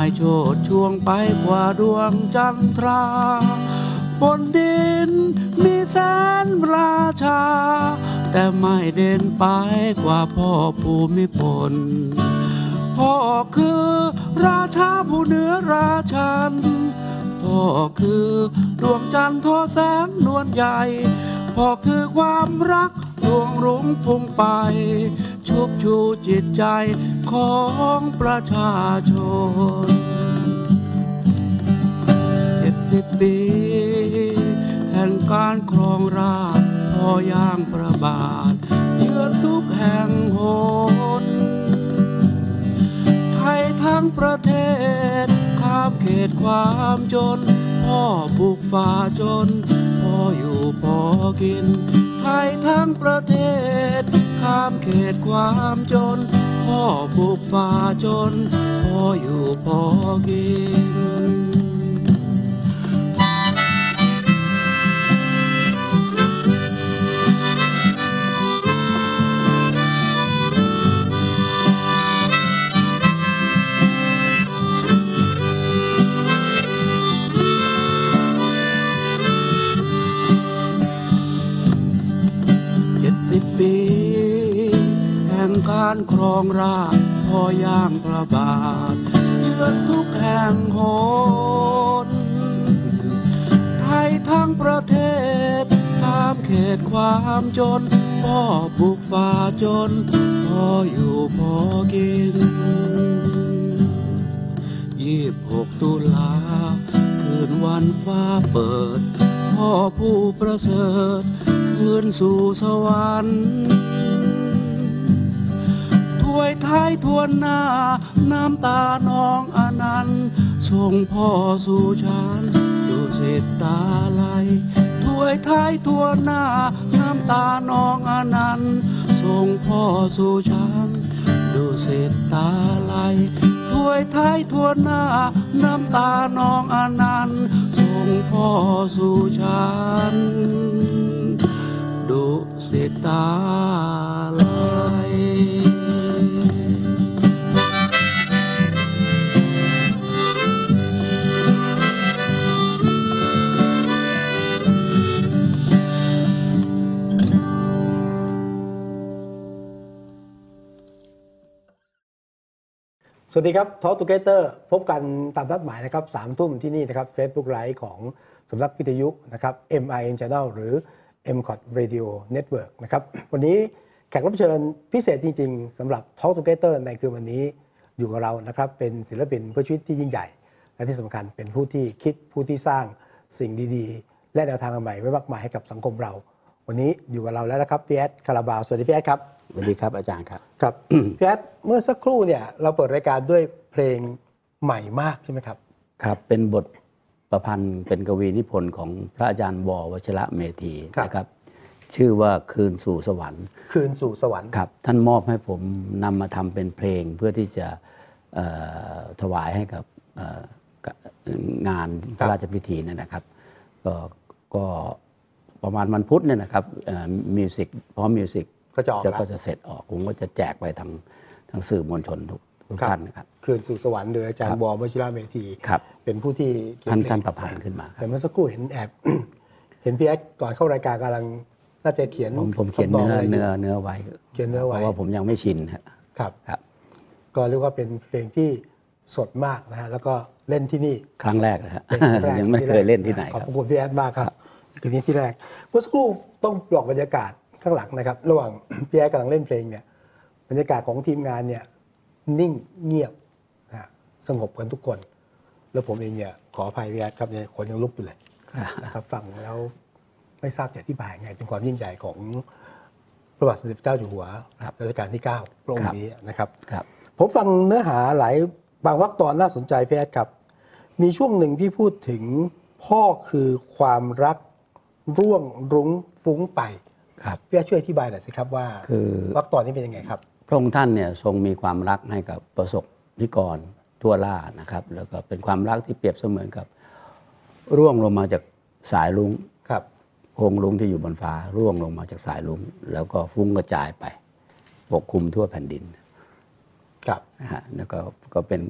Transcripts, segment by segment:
ายโชติช่วงไปกว่าดวงจันทราบนดินมีแสนราชาแต่ไม่เด่นไปกว่าพ่อภูมิพลพ่อคือราชาผู้เหนือราชันพ่อคือดวงจันทร์ทอแสงนวลใหญ่พ่อคือความรักดวงรุ่งฟุ้งไปชุบชูจิตใจของประชาชน70 ปีแห่งการครองราชย์พ่อย่างประบาทเยือนทุกแห่งหนไทยทั้งประเทศข้ามเขตความจนพ่อบุกฝ่าจนพ่ออยู่พอกินไทยทั้งประเทศข้ามเขตความจนพ่อบุกฝ่าจนพ่ออยู่พอกิน70 ปีแห่งการครองราชย์พ่อย่างพระบาทเยือนทุกแห่งหนไทยทั้งประเทศข้ามเขตความจนพ่อบุกฝ่าจนพ่ออยู่พอกิน26 ตุลาคืนวันฟ้าเปิดพ่อผู้ประเสริฐคืนสู่สวรรค์ถ้วยไทยทวนหน้าน้ำตาน้องอนันต์ส่งพ่อสู่ฉันดูสิตาไหลถ้วยไทยทวนหน้าน้ำตาน้องอนันต์ส่งพ่อสู่ฉันดูสิตาไหลถ้วยไทยทวนหน้าน้ำตาน้องอนันต์ส่งพ่อสู่ฉันดุสิตาไหลสวัสดีครับ Talk Together พบกันตามนัดหมายนะครับ 3 ทุ่มที่นี่นะครับ Facebook Live ของสำนักวิทยุนะครับ MIN Channel หรือ MCOT Radio Network นะครับวันนี้แขกรับเชิญพิเศษจริงๆสำหรับ Talk Together ในคืนวันนี้อยู่กับเรานะครับเป็นศิลปินเพื่อชีวิตที่ยิ่งใหญ่และที่สำคัญเป็นผู้ที่คิดผู้ที่สร้างสิ่งดีๆและแนวทางใหม่ไว้มากมายให้กับสังคมเราวันนี้อยู่กับเราแล้วนะครับพี่แอดคาราบาวสวัสดีพี่แอดครับสวัสดีครับอาจารย์ครับครับ พี่แอดเมื่อสักครู่เนี่ยเราเปิดรายการด้วยเพลงใหม่มากใช่ไหมครับครับเป็นบทประพันธ์เป็นกวีนิพนธ์ของพระอาจารย์ว.วชิระเมธีนะครับชื่อว่าคืนสู่สวรรค์คืนสู่สวรรค์ครับท่านมอบให้ผมนำมาทำเป็นเพลงเพื่อที่จะถวายให้กับงานพระราชพิธีนั่นนะครับก็ประมาณวันพุธเนี่ยนะครับมิวสิกพร้อมมิวสิกก็จะเสร็จออกผมก็จะแจกไปทางสื่อมวลชนทุกท่านนะครับคืนสู่สวรรค์โดยอาจารย์ว.วชิระเมธีเป็นผู้ที่ท่านประพันธ์ขึ้นมาแต่เมื่อสักครู่เห็นแอบ เห็นพี่แอ๊ดก่อนเข้ารายการกำลังน่าจะเขียนผมเขียนเนื้อไว้เขียนเนื้อไว้เพราะว่าผมยังไม่ชินครับก็เรียกว่าเป็นเพลงที่สดมากนะฮะแล้วก็เล่นที่นี่ครั้งแรกนะฮะยังไม่เคยเล่นที่ไหนขอบคุณพี่แอ๊ดมากครับทีนี้ที่แรกเมื่อสักครู่ต้องบอกบรรยากาศข้างหลังนะครับระหว่างพี่แอ๊ดกำลังเล่นเพลงเนี่ยบรรยากาศของทีมงานเนี่ยนิ่งเงียบสงบกันทุกคนแล้วผมเองเนี่ยขออภัยพี่แอ๊ดครับเนี่ยคนยังลุกอยู่เลยนะครับฟังแล้วไม่ทราบจะอธิบายไงถึงความยิ่งใหญ่ของพระบาทสมเด็จพระเจ้าอยู่หัวรัชกาลที่9พระองค์นี้นะครับผมฟังเนื้อหาหลายบางวรรคตอนน่าสนใจพี่แอ๊ดครับมีช่วงหนึ่งที่พูดถึงพ่อคือความรักร่วงรุ้งฟุ้งไปพี่แอ๊ดช่วยอธิบายหน่อยสิครับว่าวรรคตอนนี้เป็นยังไงครับพระองค์ท่านเนี่ยทรงมีความรักให้กับประสบนิกรทั่วล่านะครับแล้วก็เป็นความรักที่เปรียบเสมือนกับร่วงลงมาจากสายรุ้งโพงรุ้งที่อยู่บนฟ้าร่วงลงมาจากสายรุ้งแล้วก็ฟุ้งกระจายไปปกคลุมทั่วแผ่นดินนะฮะแล้วก็เป็น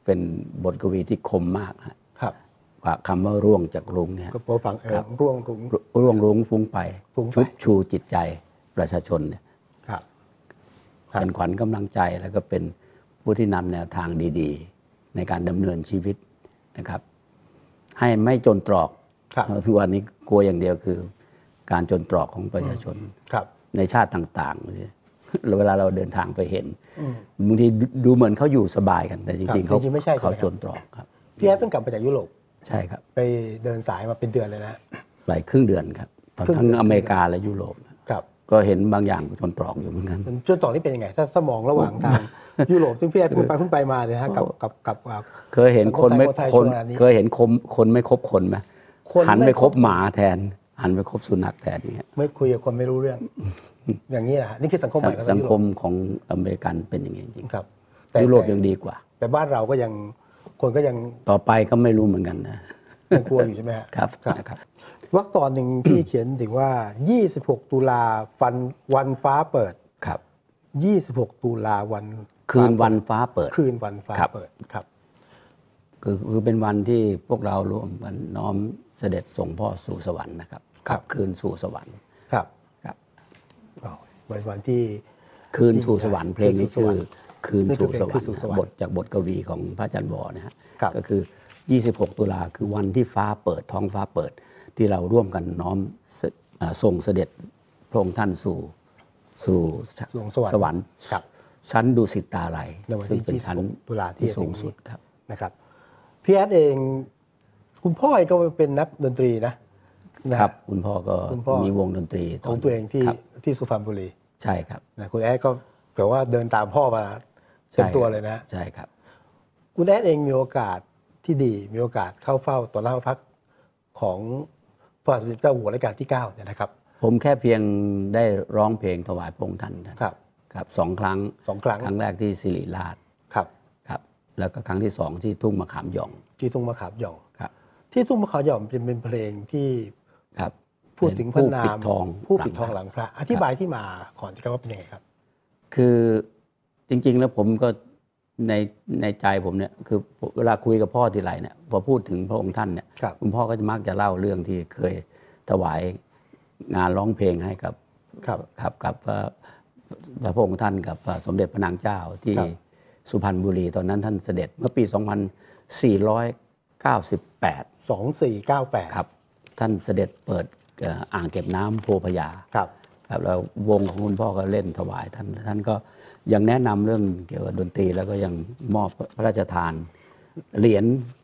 เป็นบทกวีที่คมมากครับคำว่าร่วงจากรุ้งเนี่ยก็พอฟังร่วงรุ้งฟุ้งไปชุบชูจิตใจประชาชนเนี่ยเป็นขวัญกำลังใจแล้วก็เป็นผู้ที่นำแนวทางดีๆในการดำเนินชีวิตนะครับให้ไม่จนตรอกทุกวันนี้กลัวอย่างเดียวคือการจนตรอกของประชาชนในชาติต่างๆเวลาเราเดินทางไปเห็นบางทีดูเหมือนเขาอยู่สบายกันแต่จริงๆเขาจนตรอกครับพี่แอดเพิ่งกลับมาจากยุโรปใช่ครับไปเดินสายมาเป็นเดือนเลยนะหลายครึ่งเดือนครับทั้งอเมริกาและยุโรปก็เห็นบางอย่างจนตรอกอยู่เหมือนกันจนตรอกนี่เป็นยังไงถ้าสมองระหว่างทางยุโรปซึ่งพี่แอดเพิ่งไปมาเนี่ยฮะกับเคยเห็นคนไม่เคยเห็นคนไม่คบคนไหมหันไปคบหมาแทนหันไปคบสุนัขแทนอย่างเงี้ยไม่คุยกับคนไม่รู้เรื่องอย่างนี้แหละนี่คือสังคมใหม่สังคมของอเมริกันเป็นอย่างนี้จริงครับยุโรปยังดีกว่าแต่บ้านเราก็ยังคนก็ยังต่อไปก็ไม่รู้เหมือนกันนะยังกลัวอยู่ใช่ไหมครับวรรคตอนหนึ่งพี่เขียนถึงว่า26ตุลาวันฟ้าเปิดครับ26ตุลาคืนวันฟ้าเปิดคืนวันฟ้าเปิดครับคือเป็นวันที่พวกเราร่วมกันน้อมเสด็จส่งพ่อสู่สวรรค์นะครับขับคืนสู่สวรรค์ครับเป็นวันที่คืนสู่สวรรค์เพลงนี้ชื่อคืนสู่สวรรค์บทจากบทกวีของพระอาจารย์วอนะฮะก็คือ26ตุลาคือวันที่ฟ้าเปิดท้องฟ้าเปิดที่เราร่วมกันน้อมส่งเสด็จพระองค์ท่านสู่สวรรค์ชั้นดุสิตาลัยซึ่งเป็นชั้นตุลาที่สูงสุดครับนะครับพี่แอดเองคุณพ่อก็เป็นนักดนตรีนะครับคุณพ่อก็มีวงดนตรีของตัวเองที่สุพรรณบุรีใช่ครับคุณแอดก็แปลว่าเดินตามพ่อมาเต็มตัวเลยนะใช่ครับคุณแอดเองมีโอกาสที่ดีมีโอกาสเข้าเฝ้าต่อหน้าพระพักตร์ของพระบาทสมเด็จเจ้าอยู่หัวรัชกาลที่9เนี่ยนะครับผมแค่เพียงได้ร้องเพลงถวายพระองค์ท่านครับ2 ครั้งครั้งแรกที่ศิริราชครับแล้วก็ครั้งที่2ที่ทุ่งมะขามหย่องที่ทุ่งมะขามหย่องครับที่ทุ่งมะขามหย่องเป็นเพลงที่พูดถึงพระนามผู้ปิดทองหลังพระอธิบายที่มาก่อนว่าเป็นยังไงครับคือจริงๆแล้วผมก็ในใจผมเนี่ยคือเวลาคุยกับพ่อทีไรเนี่ยพอพูดถึงพระองค์ท่านเนี่ยคุณพ่อก็จะมักจะเล่าเรื่องที่เคยถวายงานร้องเพลงให้กับพระองค์ท่านกับสมเด็จพระนางเจ้าที่สุพรรณบุรีตอนนั้นท่านเสด็จเมื่อปี2498ครับท่านเสด็จเปิดอ่างเก็บน้ำโพพยาครับแล้ววงของคุณพ่อก็เล่นถวายท่านก็ยังแนะนำเรื่องเกี่ยวกับดนตรีแล้วก็ยังมอบพระราชทานเหรียญ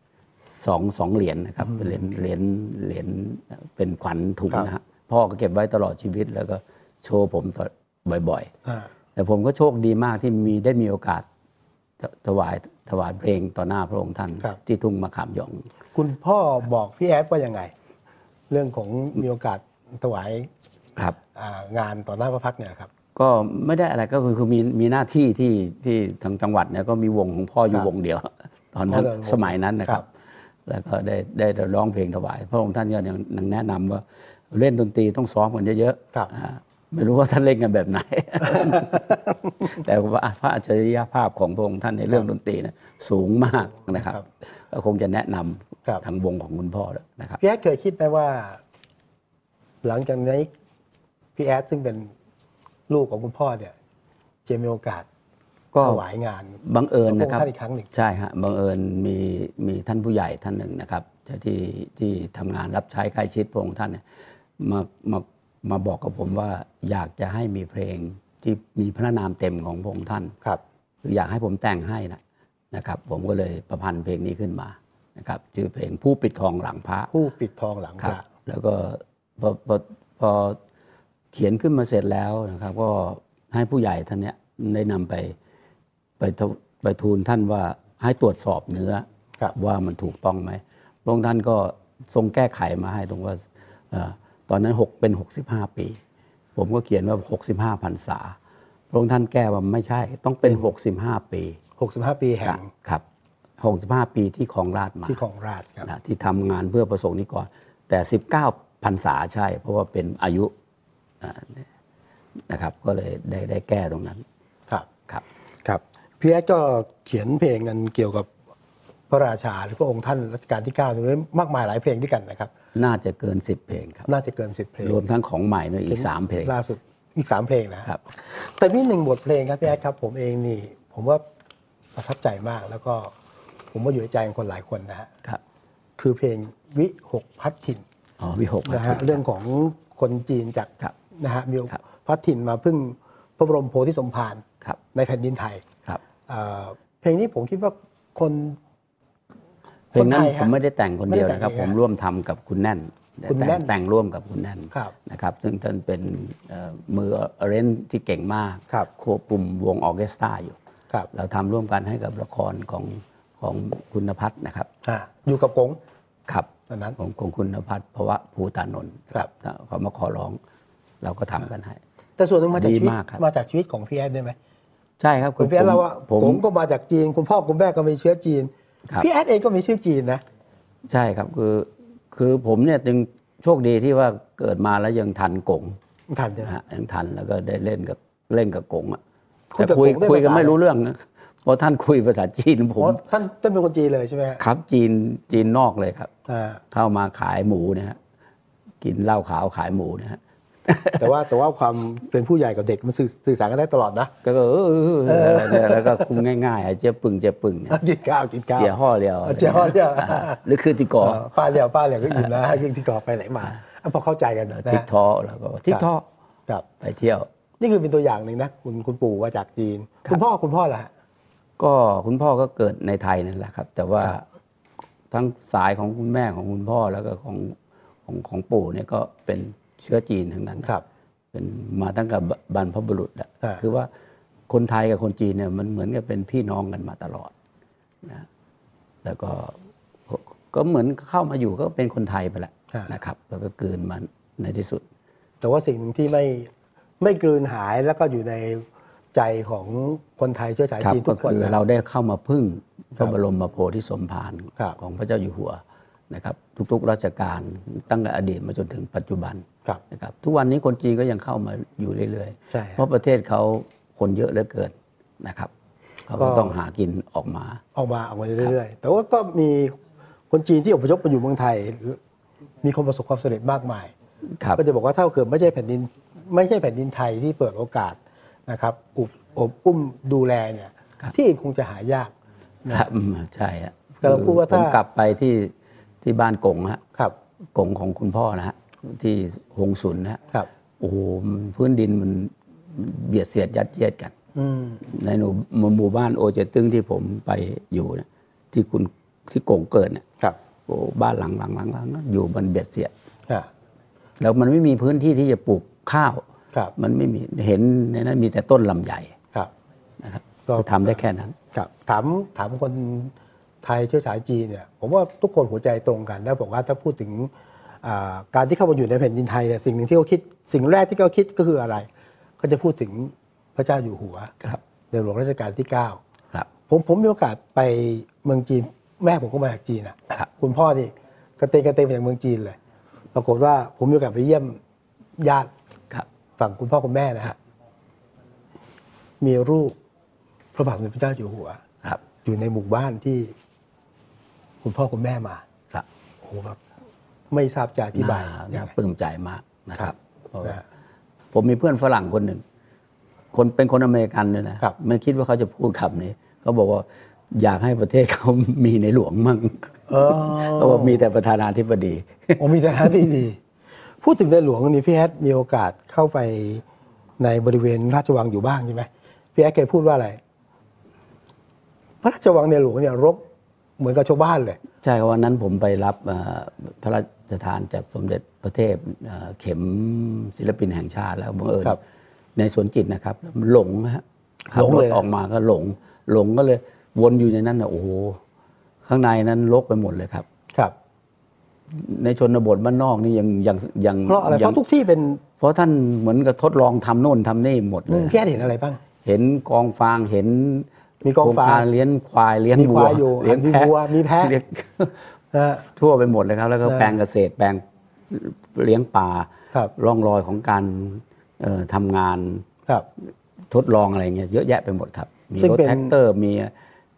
2เหรียญนะครับเป็นเหรียญเป็นขวัญถุงนะฮะพ่อก็เก็บไว้ตลอดชีวิตแล้วก็โชว์ผมบ่อยๆแต่ผมก็โชคดีมากที่ได้มีโอกาสถวายเพลงต่อหน้าพระองค์ท่านที่ทุ่งมะขามหย่องคุณพ่อบอกพี่แอดว่ายังไงเรื่องของมีโอกาสถวายงานต่อหน้าพระพักตร์เนี่ยครับก็ไม่ได้อะไรก็คือมีหน้าที่ที่ทางจังหวัดเนี่ยก็มีวงของพ่ออยู่วงเดียวตอนนั้นสมัยนั้นนะครับแล้วก็ได้ร้องเพลงถวายพระองค์ท่านก็ยังแนะนำว่าเล่นดนตรีต้องซ้อมกันเยอะๆไม่รู้ว่าท่านเล่นกันแบบไหน แต่ว่าพระอัจฉริยภาพของพระองค์ท่านในเรื่องดนตรีนะสูงมากนะครับก็คงจะแนะนำทางวงของคุณพ่อนะครับพี่แอดเคยคิดไหมว่าหลังจากนี้พี่แอดซึ่งเป็นลูกของคุณพ่อเนี่ยจะมีโอกาสถวายงานบังเอิญนะครับท่านอีกครั้งหนึ่งใช่ฮะบังเอิญมีท่านผู้ใหญ่ท่านหนึ่งนะครับที่ทำงานรับใช้ใกล้ชิดพระองค์ท่านเนี่ยมาบอกกับผมว่าอยากจะให้มีเพลงที่มีพระนามเต็มของพระองค์ท่านคืออยากให้ผมแต่งให้นะครับผมก็เลยประพันธ์เพลงนี้ขึ้นมานะครับชื่อเพลงผู้ปิดทองหลังพระผู้ปิดทองหลังพระแล้วก็พอเขียนขึ้นมาเสร็จแล้วนะครับก็ให้ผู้ใหญ่ท่านเนี้ยได้นำไปทูลท่านว่าให้ตรวจสอบเนื้อว่ามันถูกต้องไหมพระองค์ท่านก็ทรงแก้ไขมาให้ตรงว่าตอนนั้นเป็น65 ปีผมก็เขียนว่า65 พรรษาพระองค์ท่านแก้ว่าไม่ใช่ต้องเป็น65 ปี 65 ปีแห่งครับ65 ปีที่ครองราชมาที่ครองราชครับที่ทำงานเพื่อประสงค์นิกรแต่19 พรรษาใช่เพราะว่าเป็นอายุนะครับก็เลยได้แก้ตรงนั้นครับพี่แอดก็เขียนเพลงกันเกี่ยวกับพระราชาหรือพระองค์ท่านรัชกาลที่9นี่มากมายหลายเพลงด้วยกันนะครับน่าจะเกิน10เพลงครับน่าจะเกิน10เพลงรวมทั้งของใหม่ด้วยอีก3เพลงล่าสุดอีก3เพลงนะครับแต่มี1บทเพลงครับพี่แอดครับผมเองนี่ผมว่าประทับใจมากแล้วก็ผมว่าอยู่ในใจของคนหลายคนนะฮะคือเพลงวิหกพัดถิ่นวิหกนะฮะเรื่องของคนจีนจากนะฮะมีพัดถิ่นมาพึ่งพระบรมโพธิสมภารในแผ่นดินไทยเพลงนี้ผมคิดว่าคนไทยผมไม่ได้แต่งคนเดียวนะครับผมร่วมทำกับคุณแน่นแต่งร่วมกับคุณแน่นนะครับซึ่งท่านเป็นมือเรนที่เก่งมากควบคุมวงออร์เคสตราอยู่เราทำร่วมกันให้กับละครของคุณณภัทรนะครับอยู่กับกงครับตอนนั้นของคุณณภัทรเพราะว่าภูตานนท์เขามาขอร้องเราก็ทำกันให้แต่ส่วนหนึ่งมาจากชีวิตของพี่แอดได้ไหมใช่ครับคุณพี่แอดเราว่าผมก็มาจากจีนคุณพ่อคุณแม่ก็มีเชื้อจีนพี่แอดเองก็มีชื่อจีนนะใช่ครับคือผมเนี่ยจึงโชคดีที่ว่าเกิดมาแล้วยังทันกงทันใช่ไหมยังทันแล้วก็ได้เล่นกับกงอ่ะแต่คุยกันไม่รู้เรื่องนะเพราะท่านคุยภาษาจีนผมท่านเป็นคนจีนเลยใช่ไหมครับจีนนอกเลยครับเข้ามาขายหมูนะฮะกินเหล้าขาวขายหมูนะฮะแต่ว่าความเป็นผู้ใหญ่กับเด็กมันสื่อสารกันได้ตลอดนะก็แล้วก็คุมง่ายๆเจี๊ยบปึ่งกินข้าวเจี๊ยห่อเดียวหรือคือติกอป้าเดียวก็อิ่มนะยิ่งติกอไปไหนมาพอเข้าใจกันทิกทอแล้วก็ทิกทอไปเที่ยวนี่คือเป็นตัวอย่างหนึ่งนะคุณปู่มาจากจีนคุณพ่อล่ะก็คุณพ่อก็เกิดในไทยนั่นแหละครับแต่ว่าทั้งสายของคุณแม่ของคุณพ่อแล้วก็ของปู่เนี่ยก็เป็นเชื้อจีนทั้งนั้นเป็นมาตั้งแต่บรรพบุรุษอ่ะคือว่าคนไทยกับคนจีนเนี่ยมันเหมือนกับเป็นพี่น้องกันมาตลอดนะแล้วก็เหมือนเข้ามาอยู่ก็เป็นคนไทยไปแหละนะครับแล้วก็กลืนมันในที่สุดแต่ว่าสิ่งที่ไม่กลืนหายแล้วก็อยู่ในใจของคนไทยเชื้อสายจีนทุกคนเราได้เข้ามาพึ่งพระบรมโพธิสมภารของพระเจ้าอยู่หัวนะครับทุกๆราชการตั้งแต่อดีตมาจนถึงปัจจุบันนะครับทุกวันนี้คนจีนก็ยังเข้ามาอยู่เรื่อยๆเพราะประเทศเขาคนเยอะเหลือเกินนะครับเขาก็ต้องหากินออกมาเรื่อยๆแต่ว่าก็มีคนจีนที่อพยพมาอยู่เมืองไทยมีคนประสบความสำเร็จมากมายก็จะบอกว่าถ้าเกิดไม่ใช่แผ่นดินไทยที่เปิดโอกาสนะครับอบอุ้มดูแลเนี่ยที่คงจะหายากนะครับใช่ฮะเราพูดว่าถ้ากลับไปที่บ้านกงฮะกงของคุณพ่อนะฮะที่หงสุนนะโอ้โหพื้นดินมันเบียดเสียดยัดเยียดกันในหมู่บ้านโอเจตึงที่ผมไปอยู่เนี่ยที่กงเกิดเนี่ยโอ้บ้านหลังอยู่มันเบียดเสียดแล้วมันไม่มีพื้นที่ที่จะปลูกข้าวมันไม่มีเห็นในนั้นมีแต่ต้นลำไยนะครับก็ทำได้แค่นั้นถามคนไทยเชื้อสายจีนเนี่ยผมว่าทุกคนหัวใจตรงกันแล้วบอกว่าถ้าพูดถึงการที่เข้ามาอยู่ในแผ่นดินไทยเนี่ยสิ่งหนึ่งที่เขาคิดสิ่งแรกที่เขาคิดก็คืออะไรเขาจะพูดถึงพระเจ้าอยู่หัวในหลวงรัชกาลที่9ผมมีโอกาสไปเมืองจีนแม่ผมก็มาจากจีนอ่ะคุณพ่อนี่กระเตงมาจากเมืองจีนเลยปรากฏว่าผมมีโอกาสไปเยี่ยมญาติฝั่งคุณพ่อคุณแม่นะฮะมีรูปพระบาทสมเด็จพระเจ้าอยู่หัวอยู่ในหมู่บ้านที่คุณพ่อคุณแม่มาโอ้โหแบบไม่ทราบจะอธิบายปลื้มใจมากนะครับผมมีเพื่อนฝรั่งคนหนึ่งเป็นคนอเมริกันเลยนะไม่คิดว่าเขาจะพูดคำนี้เขาบอกว่าอยากให้ประเทศเขามีในหลวงมั่งเขาบอกมีแต่ประธานาธิบดีมีแต่ประธานาธิบดีพูดถึงในหลวงนี่พี่แอดมีโอกาสเข้าไปในบริเวณราชวังอยู่บ้างใช่ไหมพี่แอดเคยพูดว่าอะไรพระราชวังในหลวงเนี่ยรกเหมือนกับชาวบ้านเลยใช่วันนั้นผมไปรับพระราชทานจากสมเด็จพระเทพเข็มศิลปินแห่งชาติแล้วบังเอิญในสวนจิตนะครับหลงฮะหลงเลยออกมาก็หลงก็เลยวนอยู่ในนั้นนะโอ้โหข้างในนั้นรกไปหมดเลยครับในชนบทบ้านนอกนี่ยังเพราะอะไรเพราะทุกที่เป็นเพราะท่านเหมือนกับทดลองทำโน่นทำนี่หมดเลยพี่เห็นอะไรบ้างเห็นกองฟางเห็นมีกองฟางเลี้ยงควายเลี้ยงวัวเลี้ยงแพะมีแพะทั่วไปหมดเลยครับแล้วก็แปลงเกษตรแปลงเลี้ยงปลาร่องรอยของการทำงานทดลองอะไรเงี้ยเยอะแยะไปหมดครับมีรถแท็กเตอร์มี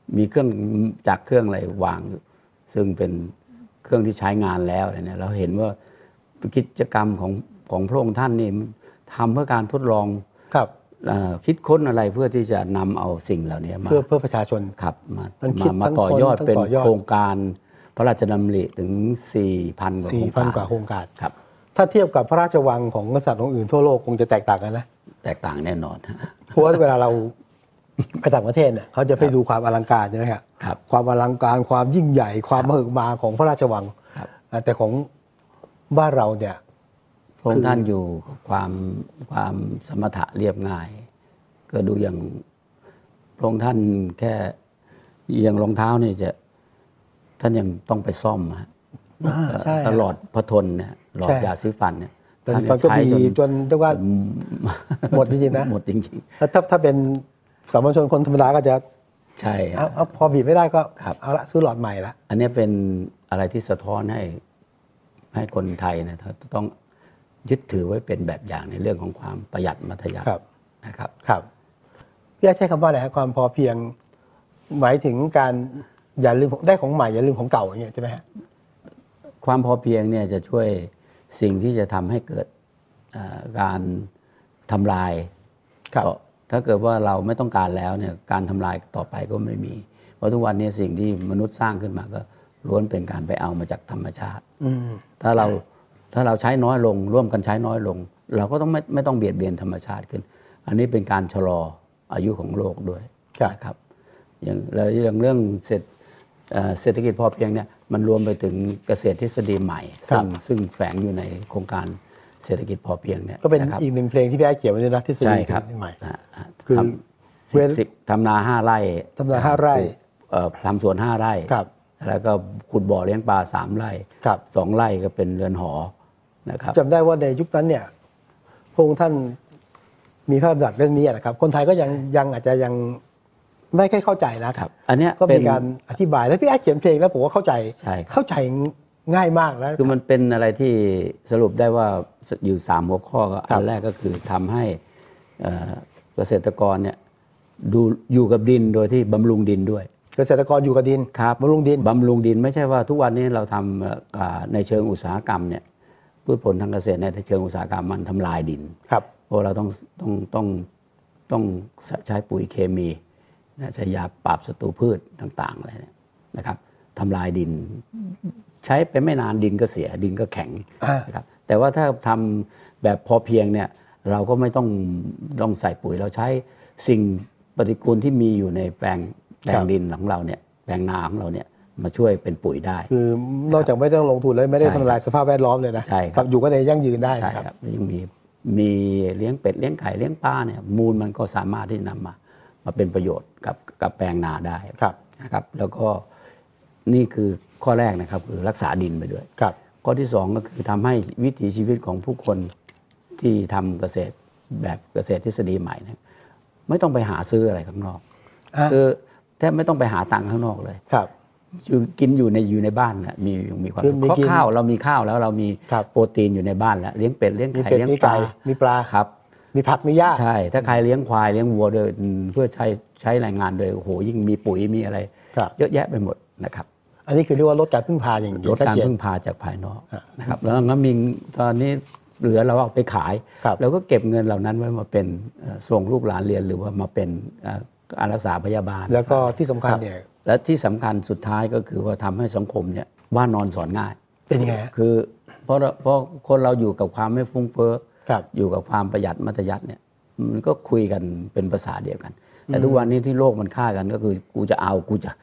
มีเครื่องจักรเครื่องอะไรวางอยู่ซึ่งเป็นเครื่องที่ใช้งานแล้วอะไรเนี่ยเราเห็นว่ากิจกรรมของพระองค์ท่านนี่ทำเพื่อการทดลองครับคิดค้นอะไรเพื่อที่จะนำเอาสิ่งเหล่านี้มาเพื่อประชาชนครับมาทั้งต่อยอดเป็นต่อยอดโครงการพระราชดำริถึง 4,000 กว่าโครงการครับถ้าเทียบกับพระราชวังของกษัตริย์องค์อื่นทั่วโลกคงจะแตกต่างกันนะแตกต่างแน่นอนเพราะว่าเวลาเราไปต่างประเทศเนี่ยเขาจะไปดูความอลังการใช่ไหมครับความอลังการความยิ่งใหญ่ความมหึมาของพระราชวังแต่ของบ้านเราเนี่ยพระองค์ท่านอยู่ความสมถะเรียบง่ายก็ดูอย่างพระองค์ท่านแค่อย่างรองเท้านี่จะท่านยังต้องไปซ่อมตลอดพระทนเนี่ยหลอดยาสีฟันเนี่ยแต่ฟันก็ดีจนเรียกว่าหมดจริงๆนะหมดจริงๆแล้วถ้าเป็นสามัญชนคนธรรมดาก็จะใช่พอบีบไม่ได้ก็เอาละซื้อหลอดใหม่ละอันนี้เป็นอะไรที่สะท้อนให้คนไทยนะต้องยึดถือไว้เป็นแบบอย่างในเรื่องของความประหยัดมัธยัสถ์นะครับครับพี่ใช้คำว่าอะไรครับความพอเพียงหมายถึงการอย่าลืมได้ของใหม่อย่าลืมของเก่าอย่างเงี้ยใช่ไหมฮะความพอเพียงเนี่ยจะช่วยสิ่งที่จะทำให้เกิดการทำลายถ้าเกิดว่าเราไม่ต้องการแล้วเนี่ยการทำลายต่อไปก็ไม่มีเพราะทุกวันนี้สิ่งที่มนุษย์สร้างขึ้นมาก็ล้วนเป็นการไปเอามาจากธรรมชาติถ้าเราใช้น้อยลงร่วมกันใช้น้อยลงเราก็ต้องไม่ต้องเบียดเบียนธรรมชาติขึ้นอันนี้เป็นการชะลออายุของโลกด้วยนะครับอย่างเรื่องเศรษฐกิจพอเพียงเนี่ยมันรวมไปถึงเกษตรทฤษฎีใหม่ซึ่งแฝงอยู่ในโครงการเศรษฐกิจพอเพียงเนี่ยก็เป็นอีกหนึ่งเพลงที่พี่ไอ้เขียนไว้ด้วยนะทฤษฎีใหม่คือทำนา5 ไร่ทำสวน5 ไร่แล้วก็ขุดบ่อเลี้ยงปลา3 ไร่2 ไร่ก็เป็นเรือนหอนะครับจำได้ว่าในยุคนั้นเนี่ยพระองค์ท่านมีพระราชบัญญัติเรื่องนี้นะครับคนไทยก็ยังอาจจะยังไม่ค่อยเข้าใจนะครับอันนี้ก็มีการอธิบายแล้วพี่ไอ้เขียนเพลงแล้วผมว่าเข้าใจง่ายมากแล้วคือมันเป็นอะไรที่สรุปได้ว่าอยู่3 หัวข้ออันแรกก็คือทำให้เกษตรกรเนี่ยอยู่กับดินโดยที่บำรุงดินด้วยเกษตรกรอยู่กับดินบำรุงดินไม่ใช่ว่าทุกวันนี้เราทำในเชิงอุตสาหกรรมเนี่ยพืชผลทางเกษตรในเชิงอุตสาหกรรมมันทำลายดินเพราะเราต้องใช้ปุ๋ยเคมีใช้ยาปราบศัตรูพืชต่างๆอะไรเนี่ยนะครับทำลายดินใช้ไปไม่นานดินก็เสียดินก็แข็งนะครับแต่ว่าถ้าทำแบบพอเพียงเนี่ยเราก็ไม่ต้องใส่ปุ๋ยเราใช้สิ่งปฏิกูลที่มีอยู่ในแปลงดินของเราเนี่ยแปลงนาของเราเนี่ยมาช่วยเป็นปุ๋ยได้คือนอกจากไม่ต้องลงทุนแล้วไม่ได้ทำลายสภาพแวดล้อมเลยนะอยู่ก็ได้ยั่งยืนได้นะครับยังมีเลี้ยงเป็ดเลี้ยงไก่เลี้ยงปลาเนี่ยมูลมันก็สามารถที่นำมาเป็นประโยชน์กับแปลงนาได้นะครับแล้วก็นี่คือข้อแรกนะครับคือรักษาดินไปด้วยข้อที่2ก็คือทำให้วิถีชีวิตของผู้คนที่ทำเกษตรแบบเกษตรทฤษฎีใหม่เนี่ยไม่ต้องไปหาซื้ออะไรข้างนอกคือแทบไม่ต้องไปหาตังค์ข้างนอกเลยกินอยู่ในบ้านนะมีความเพราะข้าวเรามีข้าวแล้วเรามีโปรตีนอยู่ในบ้านแล้วเลี้ยงเป็ดเลี้ยงไก่เลี้ยงปลามีปลาครับมีผักมีหญ้าใช่ถ้าใครเลี้ยงควายเลี้ยงวัวโดยเพื่อใช้แรงงานโดยโอ้โหยิ่งมีปุ๋ยมีอะไรเยอะแยะไปหมดนะครับอันนี้คือเรียกว่าลดการพึ่งพาอย่างลดการพึ่งพาจากภายนอกนะครับแล้วก็มีตอนนี้เหลือเราเอาไปขายแล้วก็เก็บเงินเหล่านั้นไว้มาเป็นส่งลูกหลานเรียนหรือว่ามาเป็นการรักษาพยาบาลแล้วก็ที่สำคัญเนี่ยและที่สำคัญสุดท้ายก็คือว่าทำให้สังคมเนี่ยว่านอนสอนง่ายเป็นยังไงคือเพราะคนเราอยู่กับความไม่ฟุ้งเฟ้ออยู่กับความประหยัดมัธยัสถ์เนี่ยมันก็คุยกันเป็นภาษาเดียวกันแต่ทุกวันนี้ที่โลกมันฆ่ากันก็คือกูจะเอากูจะ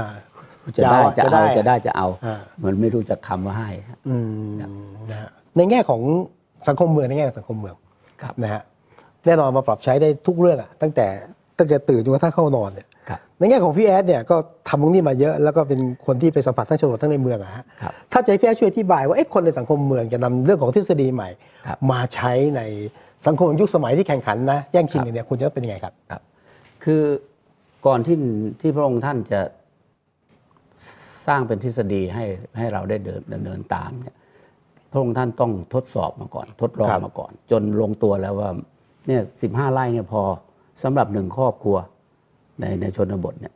เอามันไม่รู้จักคำว่าให้ในแง่ของสังคมเมืองในแง่สังคมเมืองนะฮะแน่นอนมาปรับใช้ได้ทุกเรื่องตั้งแต่ตื่นจนกระทั่งเข้านอนเนี่ยในแง่ของพี่แอดเนี่ยก็ทำตรงนี้มาเยอะแล้วก็เป็นคนที่ไปสัมผัสทั้งชนบททั้งในเมืองอะฮะถ้าใจพี่แอดช่วยอธิบายว่าคนในสังคมเมืองจะนำเรื่องของทฤษฎีใหม่มาใช้ในสังคมยุคสมัยที่แข่งขันนะแย่งชิงกันเนี่ยคุณจะเป็นยังไงครับคือก่อนที่พระองค์ท่านจะสร้างเป็นทฤษฎีให้เราได้ดำเนินตามเนี่ยพระองค์ท่านต้องทดสอบมาก่อนทดลองมาก่อนจนลงตัวแล้วว่าเนี่ย15 ไร่เนี่ยพอสำหรับ1 ครอบครัวในชนบทเนี่ย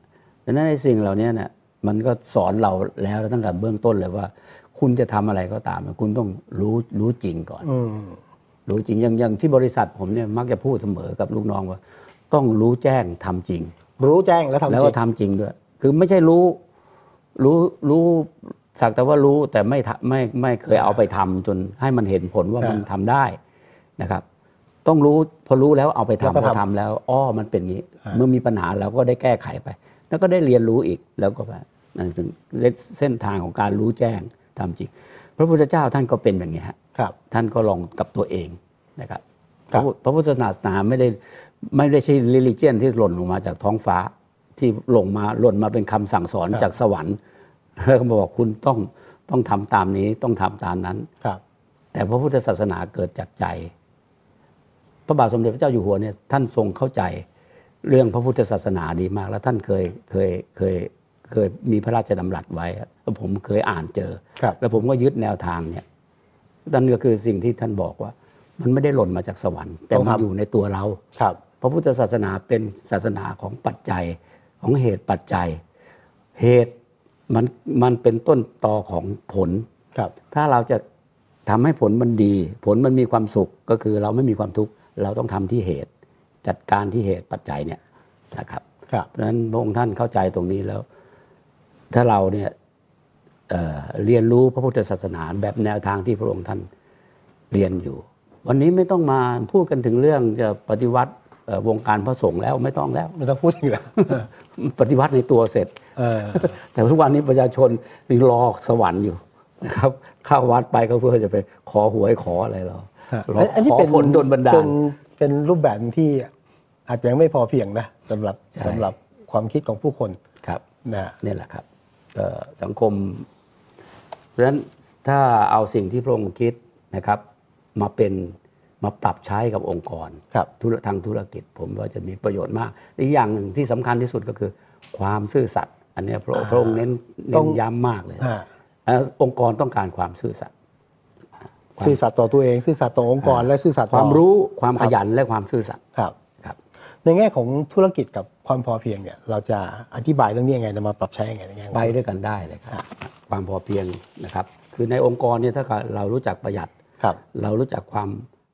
ดังนั้นในสิ่งเหล่านี้เนี่ยมันก็สอนเราแล้วตั้งแต่เบื้องต้นเลยว่า คุณจะทำอะไรก็ตามคุณต้องรู้จริงก่อนรู้จริงอย่างที่บริษัทผมเนี่ยมักจะพูดเสมอกับลูกน้องว่าต้องรู้แจ้งทำจริงรู้แจ้งแล้วทำจริงแล้วก็ทำจริงด้วยคือไม่ใช่รู้สักแต่ว่ารู้แต่ไม่เคยเอาไปทำจนให้มันเห็นผลว่ามันทำได้นะครับต้องรู้พอรู้แล้วเอาไปทำพอทำแล้วมันเป็นอย่างนี้เมื่อมีปัญหาเราก็ได้แก้ไขไปแล้วก็ได้เรียนรู้อีกแล้วก็นั่นถึงเส้นทางของการรู้แจ้งทำจริงพระพุทธเจ้าท่านก็เป็นอย่างนี้ครับท่านก็ลองกับตัวเองนะครับพระพุทธศาสนาไม่ได้ใช่ religion ที่หล่นลงมาจากท้องฟ้าที่หล่นมาเป็นคำสั่งสอนจากสวรรค์แล้วก็บอกคุณต้องทำตามนี้ต้องทำตามนั้นแต่พระพุทธศาสนาเกิดจากใจพระบาทสมเด็จพระเจ้าอยู่หัวเนี่ยท่านทรงเข้าใจเรื่องพระพุทธศาสนาดีมากแล้วท่านเคยมีพระราชดำรัสไว้แล้วผมเคยอ่านเจอแล้วผมก็ยึดแนวทางเนี่ยนั่นก็คือสิ่งที่ท่านบอกว่ามันไม่ได้หล่นมาจากสวรรค์แต่มันอยู่ในตัวเราพระพุทธศาสนาเป็นศาสนาของปัจจัยของเหตุปัจจัยเหตุมันเป็นต้นตอของผลถ้าเราจะทำให้ผลมันดีผลมันมีความสุขก็คือเราไม่มีความทุกข์เราต้องทำที่เหตุจัดการที่เหตุปัจจัยเนี่ยนะครับเพราะฉะนั้นพระองค์ท่านเข้าใจตรงนี้แล้วถ้าเราเนี่ยเรียนรู้พระพุทธศาสนาแบบแนวทางที่พระองค์ท่านเรียนอยู่วันนี้ไม่ต้องมาพูดกันถึงเรื่องจะปฏิวัติวงการพระสงฆ์แล้วไม่ต้องพูดถึงแล้วปฏิวัติในตัวเสร็จแต่ทุกวันนี้ประชาชนรอสวรรค์อยู่นะครับเข้าวัดไปก็เพื่อจะไปขอหวยขออะไรเราขอผลโดนบันดาลเป็นรูปแบบที่อาจจะยังไม่พอเพียงนะสำหรับความคิดของผู้คนครับนี่แหละครับสังคมเพราะฉะนั้นถ้าเอาสิ่งที่พระองค์คิดนะครับมาปรับใช้กับองค์กรทางธุรกิจผมว่าจะมีประโยชน์มากอีกอย่างหนึ่งที่สำคัญที่สุดก็คือความซื่อสัตย์อันนี้พระองค์เน้นย้ำมากเลยองค์กรต้องการความซื่อสัตย์ต่อตัวเองซื่อสัตย์ต่อองค์กรและซื่อสัตย์ต่อความรู้ความขยันและความซื่อสัตย์ครับในแง่ของธุรกิจกับความพอเพียงเนี่ยเราจะอธิบายเรื่องนี้ยังไงจะมาปรับใช้ยังไงในแง่ไปด้วยกันได้เลยครับความพอเพียงนะครับคือในองค์กรเนี่ยถ้าเรารู้จักประหยัดเรารู้จักความ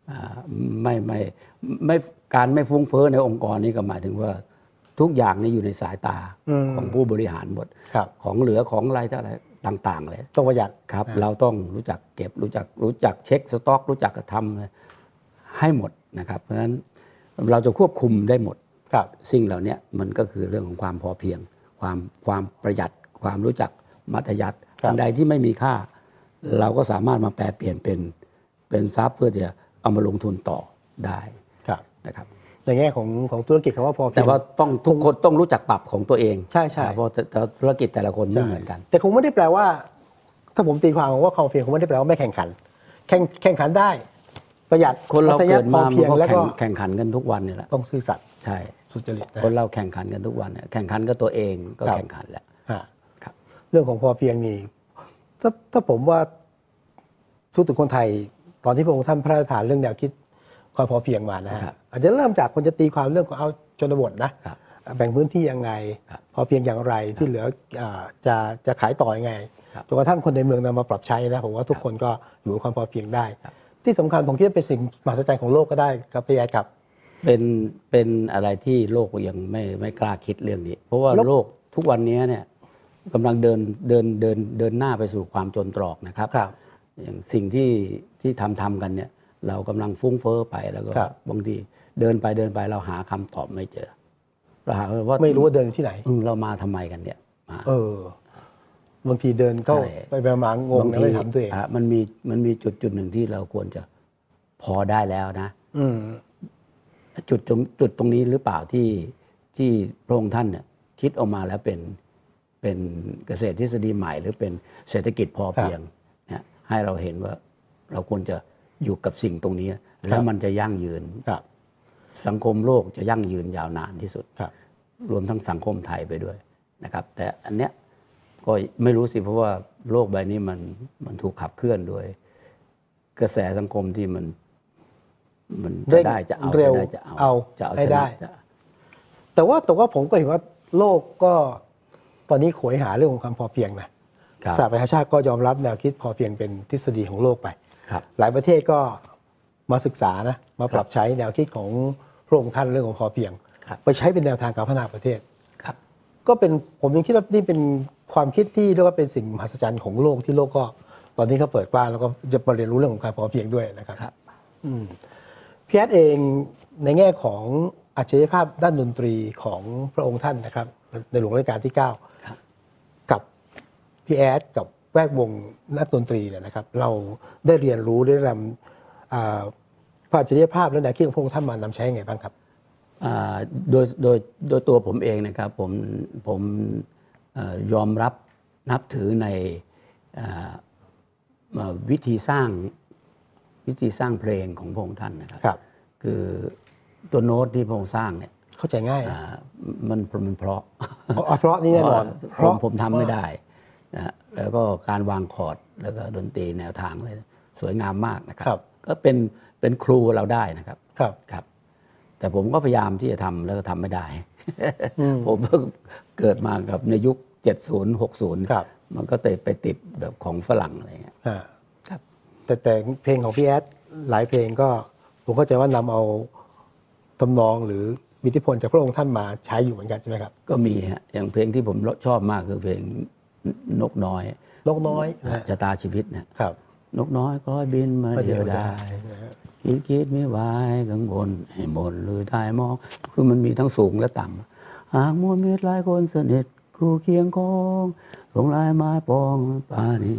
ไม่การไม่ฟุ้งเฟ้อในองค์กรนี้ก็หมายถึงว่าทุกอย่างนี่อยู่ในสายตาของผู้บริหารหมดของเหลือของอะไรต่างๆเลยต้องประหยัดครับเราต้องรู้จักเก็บรู้จักเช็คสต็อกรู้จักกระทำให้หมดนะครับเพราะฉะนั้นเราจะควบคุมได้หมดสิ่งเหล่านี้มันก็คือเรื่องของความพอเพียงความประหยัดความรู้จักมัธยัสถ์อันใดที่ไม่มีค่าเราก็สามารถมาแปลเปลี่ยนเป็นทรัพย์เพื่อจะเอามาลงทุนต่อได้นะครับในแง่ของธุรกิจคำว่าพอเพียงแต่ว่าทุกคนต้องรู้จักปรับของตัวเองใช่เพราะธุรกิจแต่ละคนไม่เหมือนกันแต่คงไม่ได้แปลว่าถ้าผมตีความว่าพอเพียงคงไม่ได้แปลว่าไม่แข่งขันได้ประหยัดคนเราเกิดมาแล้วก็แข่งขันกันทุกวันนี่แหละต้องซื่อสัตย์ใช่สุจริตคนเราแข่งขันกันทุกวันเนี่ยแข่งขันกับตัวเองก็แข่งขันแหละครับเรื่องของพอเพียงนี่ถ้าผมว่าทุกคนไทยตอนที่พระองค์ท่านพระราชทานเรื่องแนวคิดความพอเพียงมานะฮะอาจจะเริ่มจากคนจะตีความเรื่องของเอาชนบทนะแบ่งพื้นที่ยังไงพอเพียงอย่างไรที่เหลือจะขายต่อยังไงจนกระทั่งคนในเมืองนำมาปรับใช้นะผมว่าทุกคนก็อยู่กับความพอเพียงได้ที่สำคัญผมคิดว่าเป็นสิ่งมหัศจรรย์ของโลกก็ได้ครับพี่แอดครับเป็นอะไรที่โลกยังไม่กล้าคิดเรื่องนี้เพราะว่าโลกทุกวันนี้เนี่ยกำลังเดินหน้าไปสู่ความจนตรอกนะครับอย่างสิ่งที่ทำกันเนี่ยเรากำลังฟุ้งเฟ้อไปแล้วก็บางทีเดินไปเราหาคำตอบไม่เจอเราหาว่าไม่รู้ว่าเดินที่ไหนเรามาทำไมกันเนี่ยบางทีเดินเข้าไปมางงแล้วไม่ทำตัวเองมันมีจุดหนึ่งที่เราควรจะพอได้แล้วนะจุดตรงนี้หรือเปล่าที่พระองค์ท่านเนี่ยคิดออกมาแล้วเป็นเกษตรทฤษฎีใหม่หรือเป็นเศรษฐกิจพอเพียงเนี่ยให้เราเห็นว่าเราควรจะอยู่กับสิ่งตรงนี้แล้วมันจะยั่งยืนสังคมโลกจะยั่งยืนยาวนานที่สุดรวมทั้งสังคมไทยไปด้วยนะครับแต่อันเนี้ยก็ไม่รู้สิเพราะว่าโลกใบนี้มันถูกขับเคลื่อนโดยกระแสสังคมที่มันจะได้จะเอาจะให้ได้แต่ว่าผมก็เห็นว่าโลกก็ตอนนี้โหยหาเรื่องของความพอเพียงนะสหประชาชาติก็ยอมรับแนวคิดพอเพียงเป็นทฤษฎีของโลกไปหลายประเทศก็มาศึกษานะมาปรับใช้แนวคิดของพระองค์ท่านเรื่องของพอเพียงไปใช้เป็นแนวทางการพัฒนาประเทศก็เป็นผมยังคิดว่านี่เป็นความคิดที่เรียกว่าเป็นสิ่งมหัศจรรย์ของโลกที่โลกก็ตอนนี้เขาเปิดกว้างแล้วก็จะมาเรียนรู้เรื่องของการพอเพียงด้วยนะครับพี่แอดเองในแง่ของอัจฉริยภาพด้านดนตรีของพระองค์ท่านนะครับในหลวงรัชกาลที่ 9กับพี่แอดกับแวดวงนักดนตรีเนี่ยนะครับเราได้เรียนรู้ได้นำพระอัจฉริยภาพและแนวคิดของพระองค์ท่านมานำใช้ยังไงบ้างครับโดยตัวผมเองนะครับผมยอมรับนับถือในวิธีสร้างเพลงของพระองค์ท่านนะครับคือตัวโน้ตที่พระองค์สร้างเนี่ยเข้าใจง่ายมันเพราะเพราะนี่แน่นอนผมทำไม่ได้นะแล้วก็การวางคอร์ดแล้วก็ดนตรีแนวทางเลยสวยงามมากนะครับก็เป็นครูเราได้นะครับครับแต่ผมก็พยายามที่จะทำแล้วก็ทำไม่ได้ผมเกิดมากับในยุค70 60มันก็ไปติดแบบของฝรั่งอะไรเงี้ยครับแต่เพลงของพี่แอดหลายเพลงก็ผมเข้าใจว่านำเอาทำนองหรืออิทธิพลจากพระองค์ท่านมาใช้อยู่เหมือนกันใช่ไหมครับก็มีฮะอย่างเพลงที่ผมชอบมากคือเพลงนกน้อยชะตาชีวิตนะครับนกน้อยก็บินมาเดียวดายคิดไม่ไหวกังวลให้หมดหรือได้มองคือมันมีทั้งสูงและต่ำหากมวลมิตรหลายคนสนิทคู่เคียงคงทงลายไม้ปองปานี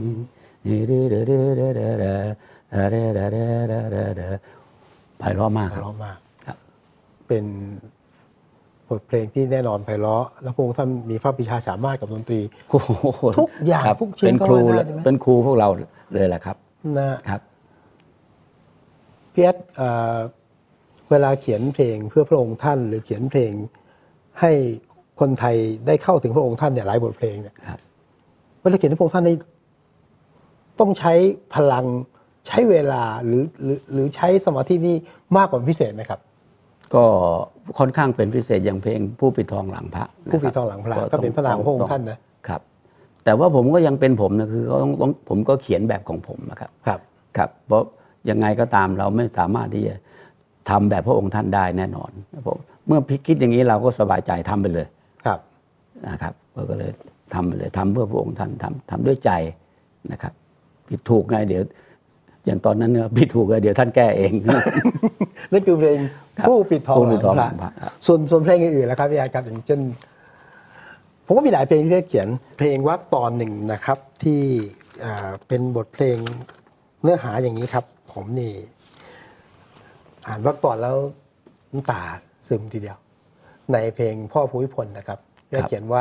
ไพเราะมากครับเป็นบทเพลงที่แน่นอนไพเราะแล้วพระองค์ท่านมีพระปรีชาสามารถกับดนตรีทุกอย่างทุกชิ้นเป็นครูพวกเราเลยแหละครับนะครับพี่แอดเวลาเขียนเพลงเพื่อพระองค์ท่านหรือเขียนเพลงให้คนไทยได้เข้าถึงพระองค์ท่านเนี่ยหลายบทเพลงเนี่ยเวลาเขียนให้พระองค์ท่านได้ต้องใช้พลังใช้เวลาหรือใช้สมาธินี่มากกว่าพิเศษไหมครับก็ค่อนข้างเป็นพิเศษอย่างเพลงผู้ปิดทองหลังพระผู้ปิดทองหลังพระก็เป็นพระนามของพระองค์ท่านนะครับแต่ว่าผมก็ยังเป็นผมนะคือผมก็เขียนแบบของผมนะครับครับเพราะยังไงก็ตามเราไม่สามารถที่จะทำแบบพระองค์ท่านได้แน่นอนผมเมื่อคิดอย่างนี้เราก็สบายใจทำไปเลยนะครับก็เลยทำไปเลยทำเพื่อพระองค์ท่านทำด้วยใจนะครับผิดถูกไงเดี๋ยวอย่างตอนนั้นผิดถูกเดี๋ยวท่านแก้เองนั่นคือเพลงผู้ปิดทองหลังพระส่วนเพลงอื่นๆแล้วครับพี่แอดครับอย่างเช่นผมก็มีหลายเพลงที่ได้เขียนเพลงวรรคตอนหนึ่งนะครับที่เป็นบทเพลงเนื้อหาอย่างนี้ครับผมนี่อ่านวรรคตอนแล้วน้ำตาซึมทีเดียวในเพลงพ่อภูมิพลนะครับได้เขียนว่า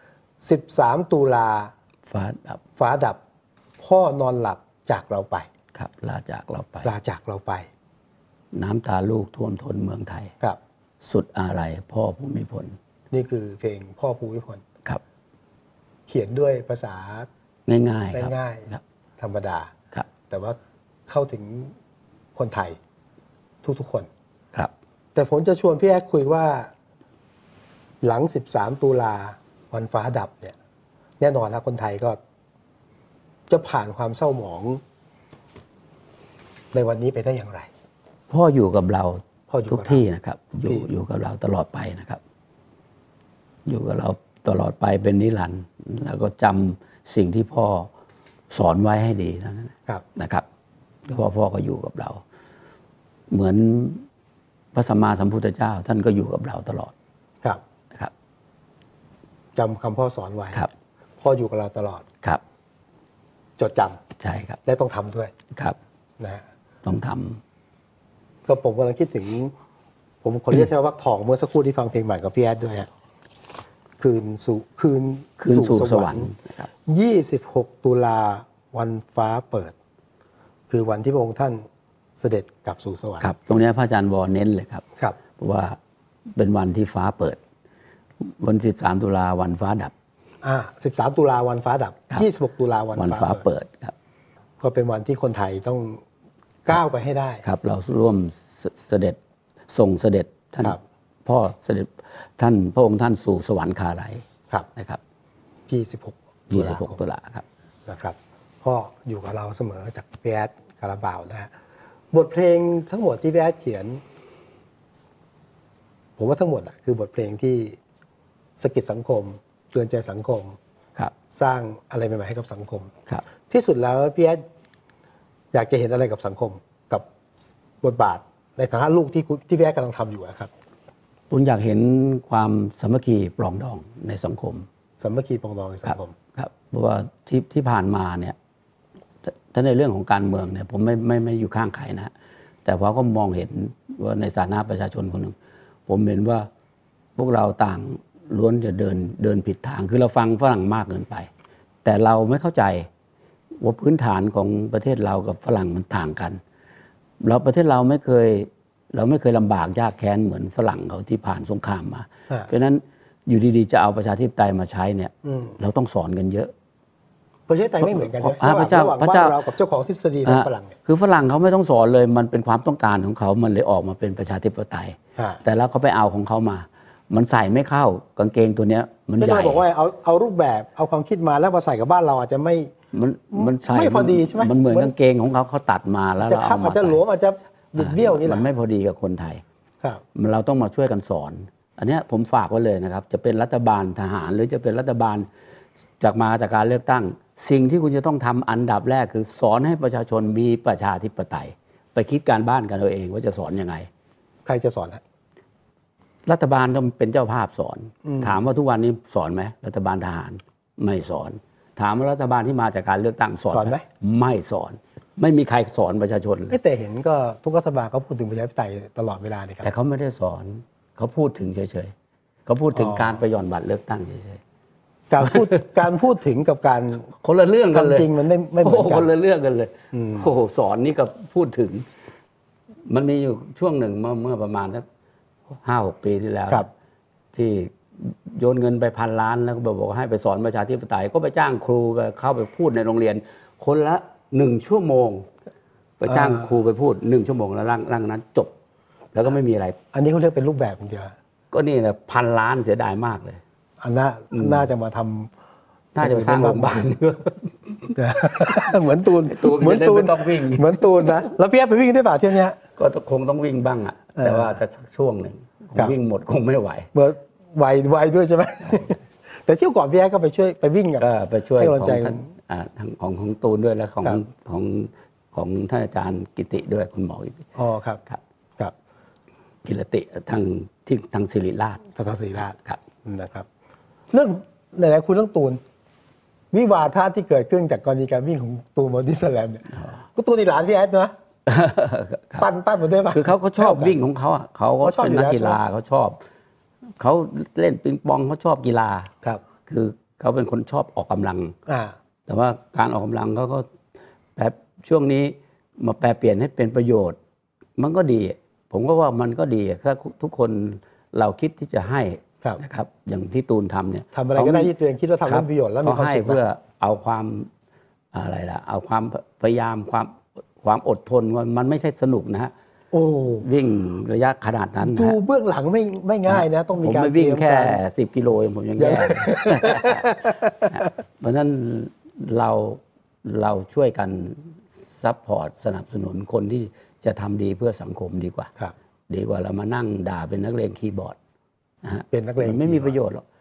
13 ตุลาฟ้าดับพ่อนอนหลับจากเราไปครับลาจากเราไปน้ำตาลูกท่วมท้นเมืองไทยครับสุดอาลัยพ่อภูมิพลนี่คือเพลงพ่อภูมิพลครับเขียนด้วยภาษาง่ายธรรมดาครับแต่ว่าเข้าถึงคนไทยทุกๆคนครับแต่ผมจะชวนพี่แอดคุยว่าหลัง13 ตุลาวันฟ้าดับเนี่ยแน่นอนนะคนไทยก็จะผ่านความเศร้าหมองในวันนี้ไปได้อย่างไรพ่ออยู่กับเราทุกที่นะครับอยู่กับเราตลอดไปนะครับอยู่กับเราตลอดไปเป็นนิรันดร์แล้วก็จำสิ่งที่พ่อสอนไว้ให้ดีนะครับเพราะพ่อก็อยู่กับเราเหมือนพระสัมมาสัมพุทธเจ้าท่านก็อยู่กับเราตลอดนะครับจำคำพ่อสอนไว้พ่ออยู่กับเราตลอดครับจดจำใช่ครับและต้องทำด้วยครับนะต้องทำก็ผมกำลังคิดถึงผมขอเรียกใช้วรรคทองเมื่อสักครู่ที่ฟังเพลงใหม่กับพี่แอดด้วยฮะคืนสู่สวรรค์26 ตุลาวันฟ้าเปิดคือวันที่พระองค์ท่านเสด็จกลับสู่สวรรค์ครับตรงนี้พระอาจารย์วอเน้นเลยครับเพราะว่าเป็นวันที่ฟ้าเปิดวัน13 ตุลาวันฟ้าดับ 13 ตุลาวันฟ้าดับ26 ตุลาวันฟ้าเปิดครับก็เป็นวันที่คนไทยต้องก้าวไปให้ได้ครับเราร่วมเสด็จส่งเสด็จท่านพ่อเสด็จท่านพระองค์ท่านสู่สวรรคาลัยนะครับที่ 26 ตุลาครับนะครับก็อยู่กับเราเสมอจากพี่แอดคาราบาวนะฮะบทเพลงทั้งหมดที่พี่แอดเขียนผมว่าทั้งหมดคือบทเพลงที่สะกิดสังคมเตือนใจสังคมสร้างอะไรใหม่ๆให้กับสังคมที่สุดแล้วพี่แอดอยากจะเห็นอะไรกับสังคมกับบทบาทในฐานะลูกที่พี่แอดกำลังทำอยู่นะครับผมอยากเห็นความสามัคคีปรองดองในสังคมสามัคคีปรองดองในสังคมครับเพราะว่าที่ผ่านมาเนี่ยถ้าในเรื่องของการเมืองเนี่ยผมไม่อยู่ข้างใครนะแต่พอก็มองเห็นว่าในฐานะประชาชนคนหนึ่งผมเห็นว่าพวกเราต่างล้วนจะเดินผิดทางคือเราฟังฝรั่งมากเกินไปแต่เราไม่เข้าใจว่าพื้นฐานของประเทศเรากับฝรั่งมันต่างกันเราประเทศเราไม่เคยลำบากยากแค้นเหมือนฝรั่งเขาที่ผ่านสงครามมาเพราะฉะนั้นอยู่ดีๆจะเอาประชาธิปไตยมาใช้เนี่ยเราต้องสอนกันเยอะประชาธิปไตยไม่เหมือนกันใช่ไหมระหว่างบ้านเรากับเจ้าของทฤษฎีและฝรั่งเนี่ยคือฝรั่งเขาไม่ต้องสอนเลยมันเป็นความต้องการของเขามันเลยออกมาเป็นประชาธิปไตยแต่แล้วเขาไปเอาของเขามามันใส่ไม่เข้ากางเกงตัวเนี้ยมันใหญ่ไม่ใช่บอกว่าเอารูปแบบเอาความคิดมาแล้วมาใส่กับบ้านเราอาจจะมันใส่ไม่พอดีใช่ไหมมันเหมือนกางเกงของเขาตัดมาแล้วเราเอามาอาจจะหลวมอาจจะบิดเบี้ยวนี่แหละมันไม่พอดีกับคนไทยเราต้องมาช่วยกันสอนอันนี้ผมฝากไว้เลยนะครับจะเป็นรัฐบาลทหารหรือจะเป็นรัฐบาลจากการเลือกตั้งสิ่งที่คุณจะต้องทำอันดับแรกคือสอนให้ประชาชนมีประชาธิปไตยไปคิดการบ้านกันเอาเองว่าจะสอนยังไงใครจะสอนรัฐบาลต้องเป็นเจ้าภาพสอนถามว่าทุกวันนี้สอนไหมรัฐบาลทหารไม่สอนถามว่ารัฐบาลที่มาจากการเลือกตั้งสอนไหมไม่สอนไม่มีใครสอนประชาชนเลยแต่เห็นก็ทุกรัฐบาลเขาพูดถึงประชาธิปไตยตลอดเวลาเลยครับแต่เขาไม่ได้สอนเขาพูดถึงเฉยๆเขาพูดถึงการไปหย่อนบัตรเลือกตั้งเฉยๆการพูดถึงกับการคนละเรื่องกันเลยจริงมันไม่เหมือนกันคนละเรื่องกันเลยโอ้โหสอนนี่กับพูดถึงมันมีอยู่ช่วงหนึ่งเมื่อประมาณสัก5-6 ปีที่แล้วที่โยนเงินไป1,000 ล้านแล้วก็บอกให้ไปสอนประชาธิปไตยก็ไปจ้างครูเข้าไปพูดในโรงเรียนคนละ1 ชั่วโมงไปจ้างครูไปพูด1 ชั่วโมงแล้วร่างนั้นจบแล้วก็ไม่มีอะไรอันนี้เขาเรียกเป็นรูปแบบอย่างเดียวก็นี่แหละ1,000 ล้านเสียดายมากเลยอันน่าจะมาทำน่าจะสร้างโรงพยาบาลเหมือนตูนต้องวิ่งเหมือนตูนนะแล้วพี่แอฟไปวิ่งได้ป่ะเที่ยวนี้ก็คงต้องวิ่งบ้างอ่ะแต่ว่าจะช่วงหนึ่งวิ่งหมดคงไม่ไหวไวด้วยใช่ไหมแต่เที่ยวก่อนพี่แอฟก็ไปช่วยไปวิ่งกับไปช่วยของตูนด้วยแล้วของท่านอาจารย์กิติด้วยคุณหมอกิติครับกิรติทางศิริราชครับนะครับเรื่องไหนๆคุณเรื่องตูนวิวาทะที่เกิดขึ้นจากกรณีการวิ่งของตูนบอดี้สแลมเนี่ยก็ตูนอีหลานพี่แอดนะปั้นหมดด้วยป่ะคือเขาชอบวิ่งของเขาอ่ะเขาเป็นนักกีฬาเขาชอบเขาเล่นปิงปองเขาชอบกีฬาคือเขาเป็นคนชอบออกกำลังแต่ว่าการออกกำลังเขาก็แบบช่วงนี้มาแปลเปลี่ยนให้เป็นประโยชน์มันก็ดีผมก็ว่ามันก็ดีถ้าทุกคนเราคิดที่จะให้นะครับอย่างที่ตูนทำเนี่ยทำอะไรก็ได้ที่ตัวเองคิดว่าทำให้ประโยชน์แล้วมีความสุขเพื่อเอาความอะไรล่ะเอาความพยายามความอดทนมันไม่ใช่สนุกนะฮะวิ่งระยะขนาดนั้นดูเบื้องหลังไม่ง่ายนะต้องมีการวิ่งแค่10 กิโลผมยังแย่เพราะฉะนั้นเราช่วยกันซัพพอร์ตสนับสนุนคนที่จะทำดีเพื่อสังคมดีกว่าเรามานั่งด่าเป็นนักเลงคีย์บอร์ดนะฮะเป็นนักเลงไม่มีประโยชน์หรอก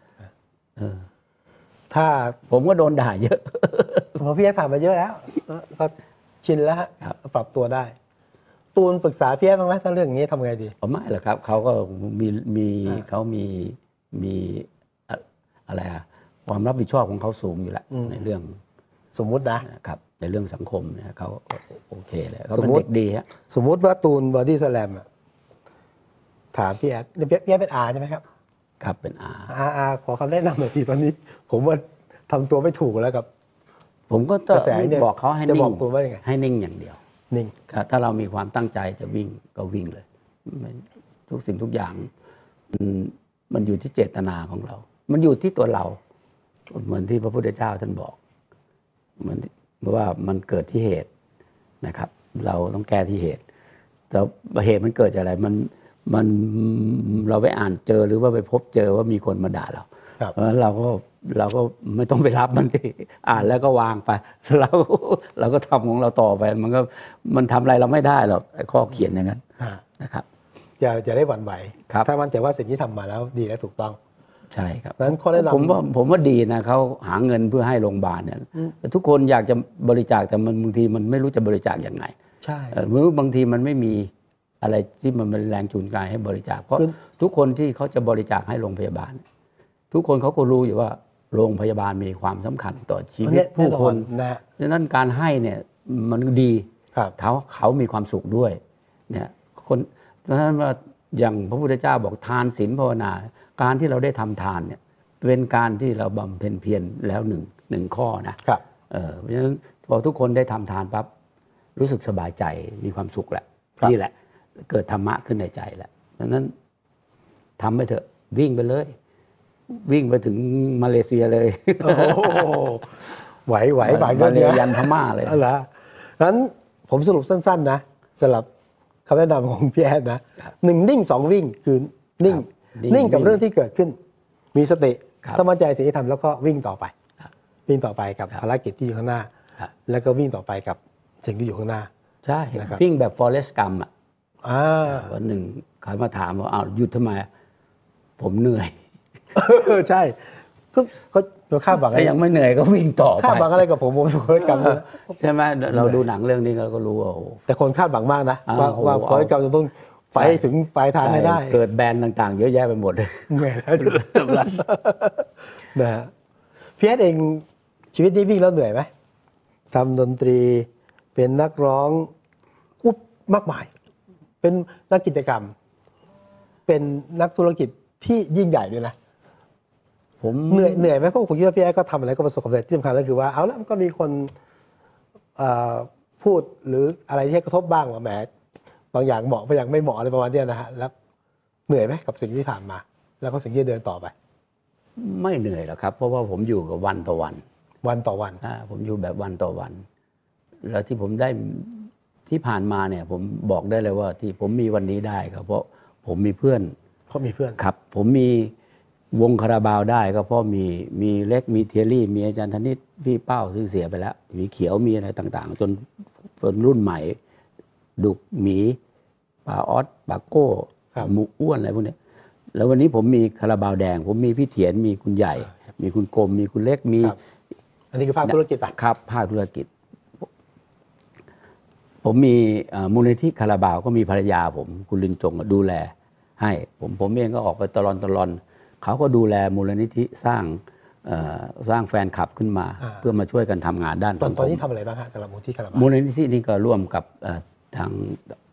ถ้าผมก็โดนด่าเยอะพอพี่แอฟผ่านมาเยอะแล้วก็ชินแล้วฮะปรับตัวได้ตูนปรึกษาพี่แอฟบ้างไหมถ้าเรื่องอย่างนี้ทำไงดีไม่หรอกครับเขาก็มีอะไรความรับผิดชอบของเขาสูงอยู่แล้วในเรื่องสมมุตินะครับในเรื่องสังคมเนี่ยเขาโอเคเลยเขาเป็นเด็กดีฮะสมมุติว่าตูนบอดี้สแลมถามพี่แอฟพี่แอฟเป็นอาใช่ไหมครับครับเป็นอาขอคำแนะนำหน่อยทีตอนนี้ผมว่าทำตัวไม่ถูกแล้วกับผมก็จะบอกเขาให้นิ่งตัวว่ายังไงให้นิ่งอย่างเดียวนิ่งถ้าเรามีความตั้งใจจะวิ่งก็วิ่งเลยทุกสิ่งทุกอย่างมันอยู่ที่เจตนาของเรามันอยู่ที่ตัวเราเหมือนที่พระพุทธเจ้าท่านบอกเหมือนว่ามันเกิดที่เหตุนะครับเราต้องแก้ที่เหตุแล้วเหตุมันเกิดจากอะไรมันเราไปอ่านเจอหรือว่าไปพบเจอว่ามีคนมาด่าเราเพราะฉะนั้นเราก็เราก็ไม่ต้องไปรับมันที่อ่านแล้วก็วางไปเราก็ทำของเราต่อไปมันทำอะไรเราไม่ได้หรอกไอ้ข้อเขียนอย่างนั้นนะครับอย่าได้หวั่นไหวครับถ้ามั่นใจว่าสิ่งที่ทำมาแล้วดีและถูกต้องใช่ครับนั้นข้อแนะนำผมว่าดีนะเขาหาเงินเพื่อให้โรงพยาบาลเนี่ยแต่ทุกคนอยากจะบริจาคแต่มันบางทีมันไม่รู้จะบริจาคยังไงใช่บางทีมันไม่มีอะไรที่มันเป็นแรงจูงใจให้บริจาคเพราะทุกคนที่เขาจะบริจาคให้โรงพยาบาลทุกคนเขาก็รู้อยู่ว่าโรงพยาบาาลมีความสำคัญต่อชีวิตผู้คนดังนั้นการให้เนี่ยมันดีเขามีความสุขด้วยเนี่ยคนดังนั้นว่าอย่างพระพุทธเจ้าบอกทานศีลภาวนาการที่เราได้ทำทานเนี่ยเป็นการที่เราบำเพ็ญเพียรแล้วหนึ่งข้อนะเพราะฉะนั้นพอทุกคนได้ทำทานปั๊บรู้สึกสบายใจมีความสุขแหละนี่แหละเกิดธรรมะขึ้นในใจแล้วดังนั้นทำไปเถอะวิ่งไปเลยวิ่งไปถึงมาเลเซียเลยโอ้ไหวมาเลยันพม่าเลยเหรองั้นผมสรุปสั้นๆนะสำหรับคำแนะนำของพี่แอดนะ1นิ่ง2วิ่งคือนิ่งกับเรื่องที่เกิดขึ้นมีสติถ้ามั่นใจสิ่งที่ทำแล้วก็วิ่งต่อไปกับภารกิจที่อยู่ข้างหน้าแล้วก็วิ่งต่อไปกับสิ่งที่อยู่ข้างหน้าใช่วิ่งแบบ Forrest Gump วันหนึ่งเขามาถามว่าอ้าวหยุดทำไมผมเหนื่อยใช่ก็คาดหวังอะไรยังไม่เหนื่อยก็วิ่งต่อไปคาดหวังอะไรกับผมForrest Gump ใช่ไหมเราดูหนังเรื่องนี้เราก็รู้ว่าแต่คนคาดหวังมากนะว่าForrest Gumpจะต้องไปถึงปลายทางให้ได้เกิดแบรนด์ต่างๆเยอะแยะไปหมดเลยเหนื่อยแล้วจบแล้วนะฮะพี่แอดเองชีวิตนี้วิ่งแล้วเหนื่อยไหมทำดนตรีเป็นนักร้องมากมายเป็นนักกิจกรรมเป็นนักธุรกิจที่ยิ่งใหญ่ด้วยนะผมเหนื่อยไหมเพราะผมคิดว่าพี่แอดก็ทำอะไรก็ประสบความสำเร็จที่สำคัญก็คือว่าเอาแล้วมันก็มีคนพูดหรืออะไรที่กระทบบ้างว่าแหมบางอย่างเหมาะบางอย่างไม่เหมาะอะไรประมาณนี้นะฮะแล้วเหนื่อยไหมกับสิ่งที่ผ่านมาแล้วก็สิ่งที่เดินต่อไปไม่เหนื่อยหรอกครับเพราะว่าผมอยู่กับวันต่อวันผมอยู่แบบวันต่อวันแล้วที่ผมได้ที่ผ่านมาเนี่ยผมบอกได้เลยว่าที่ผมมีวันนี้ได้ก็เพราะผมมีเพื่อนครับผมมีวงคาราบาวได้ก็เพราะมีเล็กมีเทียรี่มีอาจารย์ธนิตพี่เป้าซึ่งเสียไปแล้วมีเขียวมีอะไรต่างๆจนรุ่นใหม่ดุกหมีปาออสปาโก้หมูอ้วนอะไรพวกนี้แล้ววันนี้ผมมีคาราบาวแดงผมมีพี่เถียนมีคุณใหญ่มีคุณกรมมีคุณเล็กมีอันนี้คือภาคธุรกิจป่ะครับภาคธุรกิจผมมีมูลนิธิคาราบาวก็มีภรรยาผมคุณลินจงดูแลให้ผมเองก็ออกไปตลอดเขาก็ดูแลมูลนิธิสร้างแฟนคลับขึ้นมาเพื่อมาช่วยกันทำงานด้านตอนนี้ทำอะไรบ้างฮะแต่ละมูลนิธิคาราบาวมูลนิธินี้ก็ร่วมกับทาง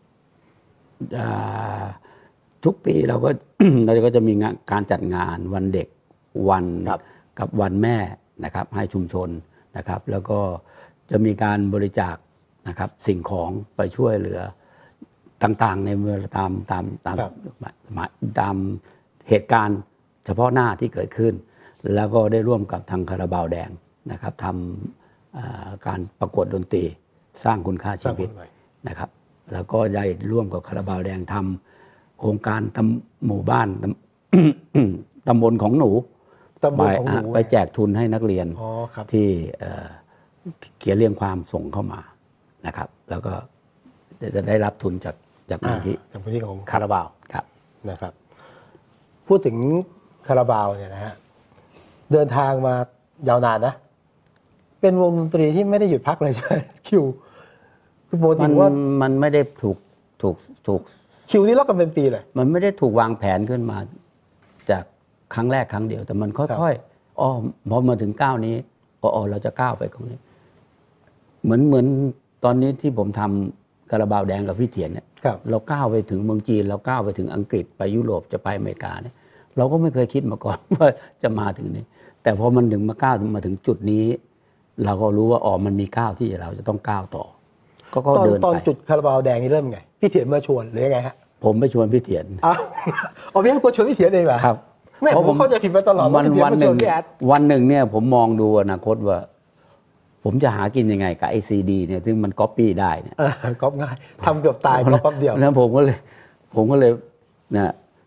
ทุกปีเราก็จะมีการจัดงานวันเด็กวันกับวันแม่นะครับให้ชุมชนนะครับแล้วก็จะมีการบริจาคนะครับสิ่งของไปช่วยเหลือต่างๆในเมื่อตามเหตุการณ์เฉพาะหน้าที่เกิดขึ้นแล้วก็ได้ร่วมกับทางคาราบาวแดงนะครับทำการประกวดดนตรีสร้างคุณค่าชีวิตนะครับแล้วก็ได้ร่วมกับคาราบาวแดงทำโครงการหมู่บ้านตำบลของหนูไปแจกทุนให้นักเรียนที่เขียนเรียงความส่งเข้ามานะครับแล้วก็จะได้รับทุนจากมูลนิธิของคาราบาวนะครับพูดถึงคาราบาวเนี่ยนะฮะเดินทางมายาวนานนะเป็นวงดนตรีที่ไม่ได้หยุดพักเลยใช่ไหมคิวคือปกติว่ามันไม่ได้ถูกคิวที่ล็อกกันเป็นปีเลยมันไม่ได้ถูกวางแผนขึ้นมาจากครั้งแรกครั้งเดียวแต่มันค่อยๆพอมาถึงก้าวนี้เราจะก้าวไปตรงนี้เหมือนตอนนี้ที่ผมทำคาราบาวแดงกับพี่เถียนเนี่ยเราก้าวไปถึงเมืองจีนเราก้าวไปถึงอังกฤษไปยุโรปจะไปอเมริกาเนี่ยเราก็ไม่เคยคิดมาก่อนว่าจะมาถึงนี้แต่พอมันถึงมาถึงจุดนี้เราก็รู้ว่ามันมีก้าวที่เราจะต้องก้าวต่อก็เดินไปตอนจุดคาราบาวแดงนี่เริ่มไงพี่เถียนมาชวนหรือยังไงฮะผมไปชวนพี่เถียนพี่เป็นคนชวนพี่เถียนเองเหรอครับไม่ผมเข้าใจผิดมาตลอดวันหนึ่งเนี่ยผมมองดูอนาคตว่าผมจะหากินยังไงกับไอซีดีเนี่ยซึ่งมันก๊อปปี้ได้เนี่ยก๊อปง่ายทำเกือบตายก๊อปแป๊บเดียวแล้วผมก็เลยนะ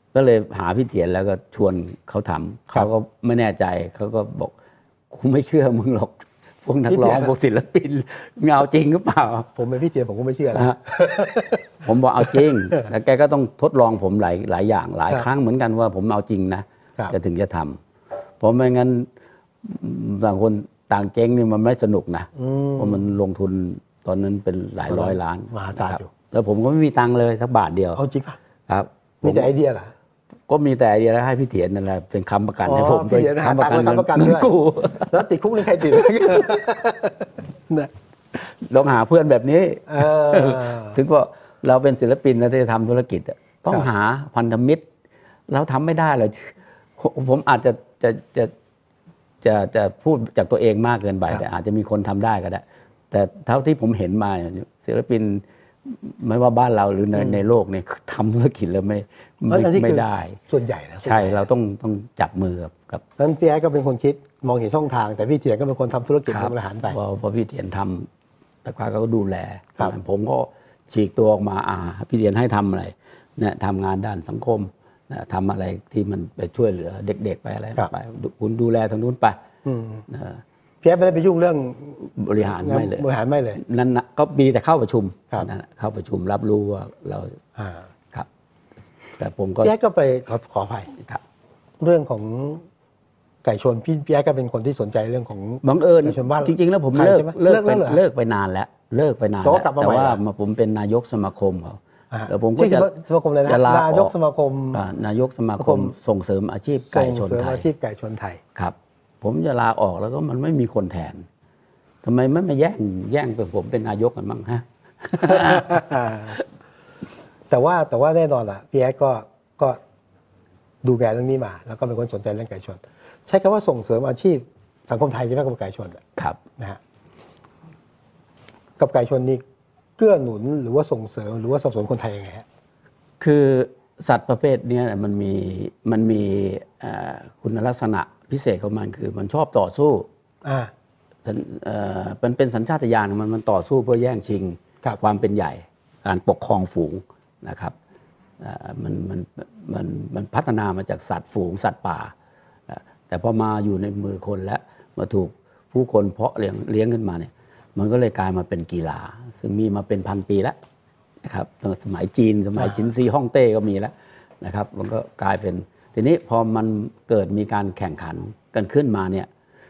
ก็เลยหาพี่เถียนแล้วก็ชวนเขาทำเขาก็ไม่แน่ใจเขาก็บอกกูไม่เชื่อมึงหรอกพวกนักร้องพวกศิลปินมึงเอาจริงหรือเปล่าผมเป็นพี่เถียนผมก็ไม่เชื่อนะผมบอกเอาจริงแล้วแกก็ต้องทดลองผมหลายอย่างหลายครั้งเหมือนกันว่าผมเอาจริงนะจะถึงจะทำเพราะไม่งั้นต่างคนต่างเจ๊งนี่มันไม่สนุกนะเพราะมันลงทุนตอนนั้นเป็นหลายร้อยล้านมหาศาลอยู่แล้วผมก็ไม่มีตังค์เลยสักบาทเดียวเอาจริงป่ะครับมีแต่ไอเดียเหรอก็มีแต่ไอเดียแล้วให้พี่เถียนนั่นแหละเป็นคำประกันให้ผมพี่เถียนหาตังค์ค้ำประกันด้วยแล้วติดคุกนี่ใครติดลองหาเพื่อนแบบนี้ถึงว่าเราเป็นศิลปินแล้วจะทำธุรกิจต้องหาพันธมิตรเราทำไม่ได้เลยผมอาจจะพูดจากตัวเองมากเกินไปแต่อาจจะมีคนทำได้ก็ได้แต่เท่าที่ผมเห็นมาศิลปินไม่ว่าบ้านเราหรือในโลกเนี่ยทำธุรกิจแล้วไม่ได้ส่วนใหญ่นะใช่เราต้องจับมือกับนั้นพี่แอ๊ก็เป็นคนคิดมองเห็นช่องทางแต่พี่เถียนก็เป็นคนทำธุรกิจบริหารไปพอพี่เถียนทำแต่ก็ดูแลผมก็ฉีกตัวออกมาพี่เถียนให้ทำอะไรเนี่ยทำงานด้านสังคมทำอะไรที่มันไปช่วยเหลือเด็กๆไปอะไรไปคุณดูแลทางนู้นไปพี่แอ๊ไม่ได้ไปยุ่งเรื่องบริหารไม่เลยนั่นก็มีแต่เข้าประชุมเข้าประชุมรับรู้ว่าเราครับแต่ผมก็พี่แอ๊ก็ไปขออภัยเรื่องของไก่ชนพี่แอ๊ก็เป็นคนที่สนใจเรื่องของบังเอิญจริงๆแล้วผมเลิกไปนานแล้วแต่ว่าผมเป็นนายกสมาคมเขาแล้วผมก็จะสมาคมเลยนะนายกสมาคมส่งเสริมอาชีพไก่ชนไทยครับผมจะลาออกแล้วก็มันไม่มีคนแทนทำไมไม่มาแย่งไปผมเป็นนายกกันบ้างฮะแต่ว่าแน่นอนล่ะพี่แอ๊ก็ดูแลเรื่องนี้มาแล้วก็เป็นคนสนใจเรื่องไก่ชนใช้คำว่าส่งเสริมอาชีพสังคมไทยใช่ไหมกับไก่ชนครับนะฮะกับไก่ชนนี่เกื้อหนุนหรือว่าส่งเสริมหรือว่าสนับสนุนคนไทยยังไงฮะคือสัตว์ประเภทนี้มันมีคุณลักษณะพิเศษของมันคือมันชอบต่อสู้มันเป็นสัญชาตญาณมันต่อสู้เพื่อแย่งชิงความเป็นใหญ่การปกครองฝูงนะครับมันพัฒนามาจากสัตว์ฝูงสัตว์ป่าแต่พอมาอยู่ในมือคนแล้วมาถูกผู้คนเพาะเลี้ยงขึ้นมาเนี่ยมันก็เลยกลายมาเป็นกีฬาซึ่งมีมาเป็นพันปีแล้วนะครับสมัยจีนสมัยฉินซีฮ่องเต้ก็มีแล้วนะครับมันก็กลายเป็นทีนี้พอมันเกิดมีการแข่งขันกันขึ้นมาเนี่ย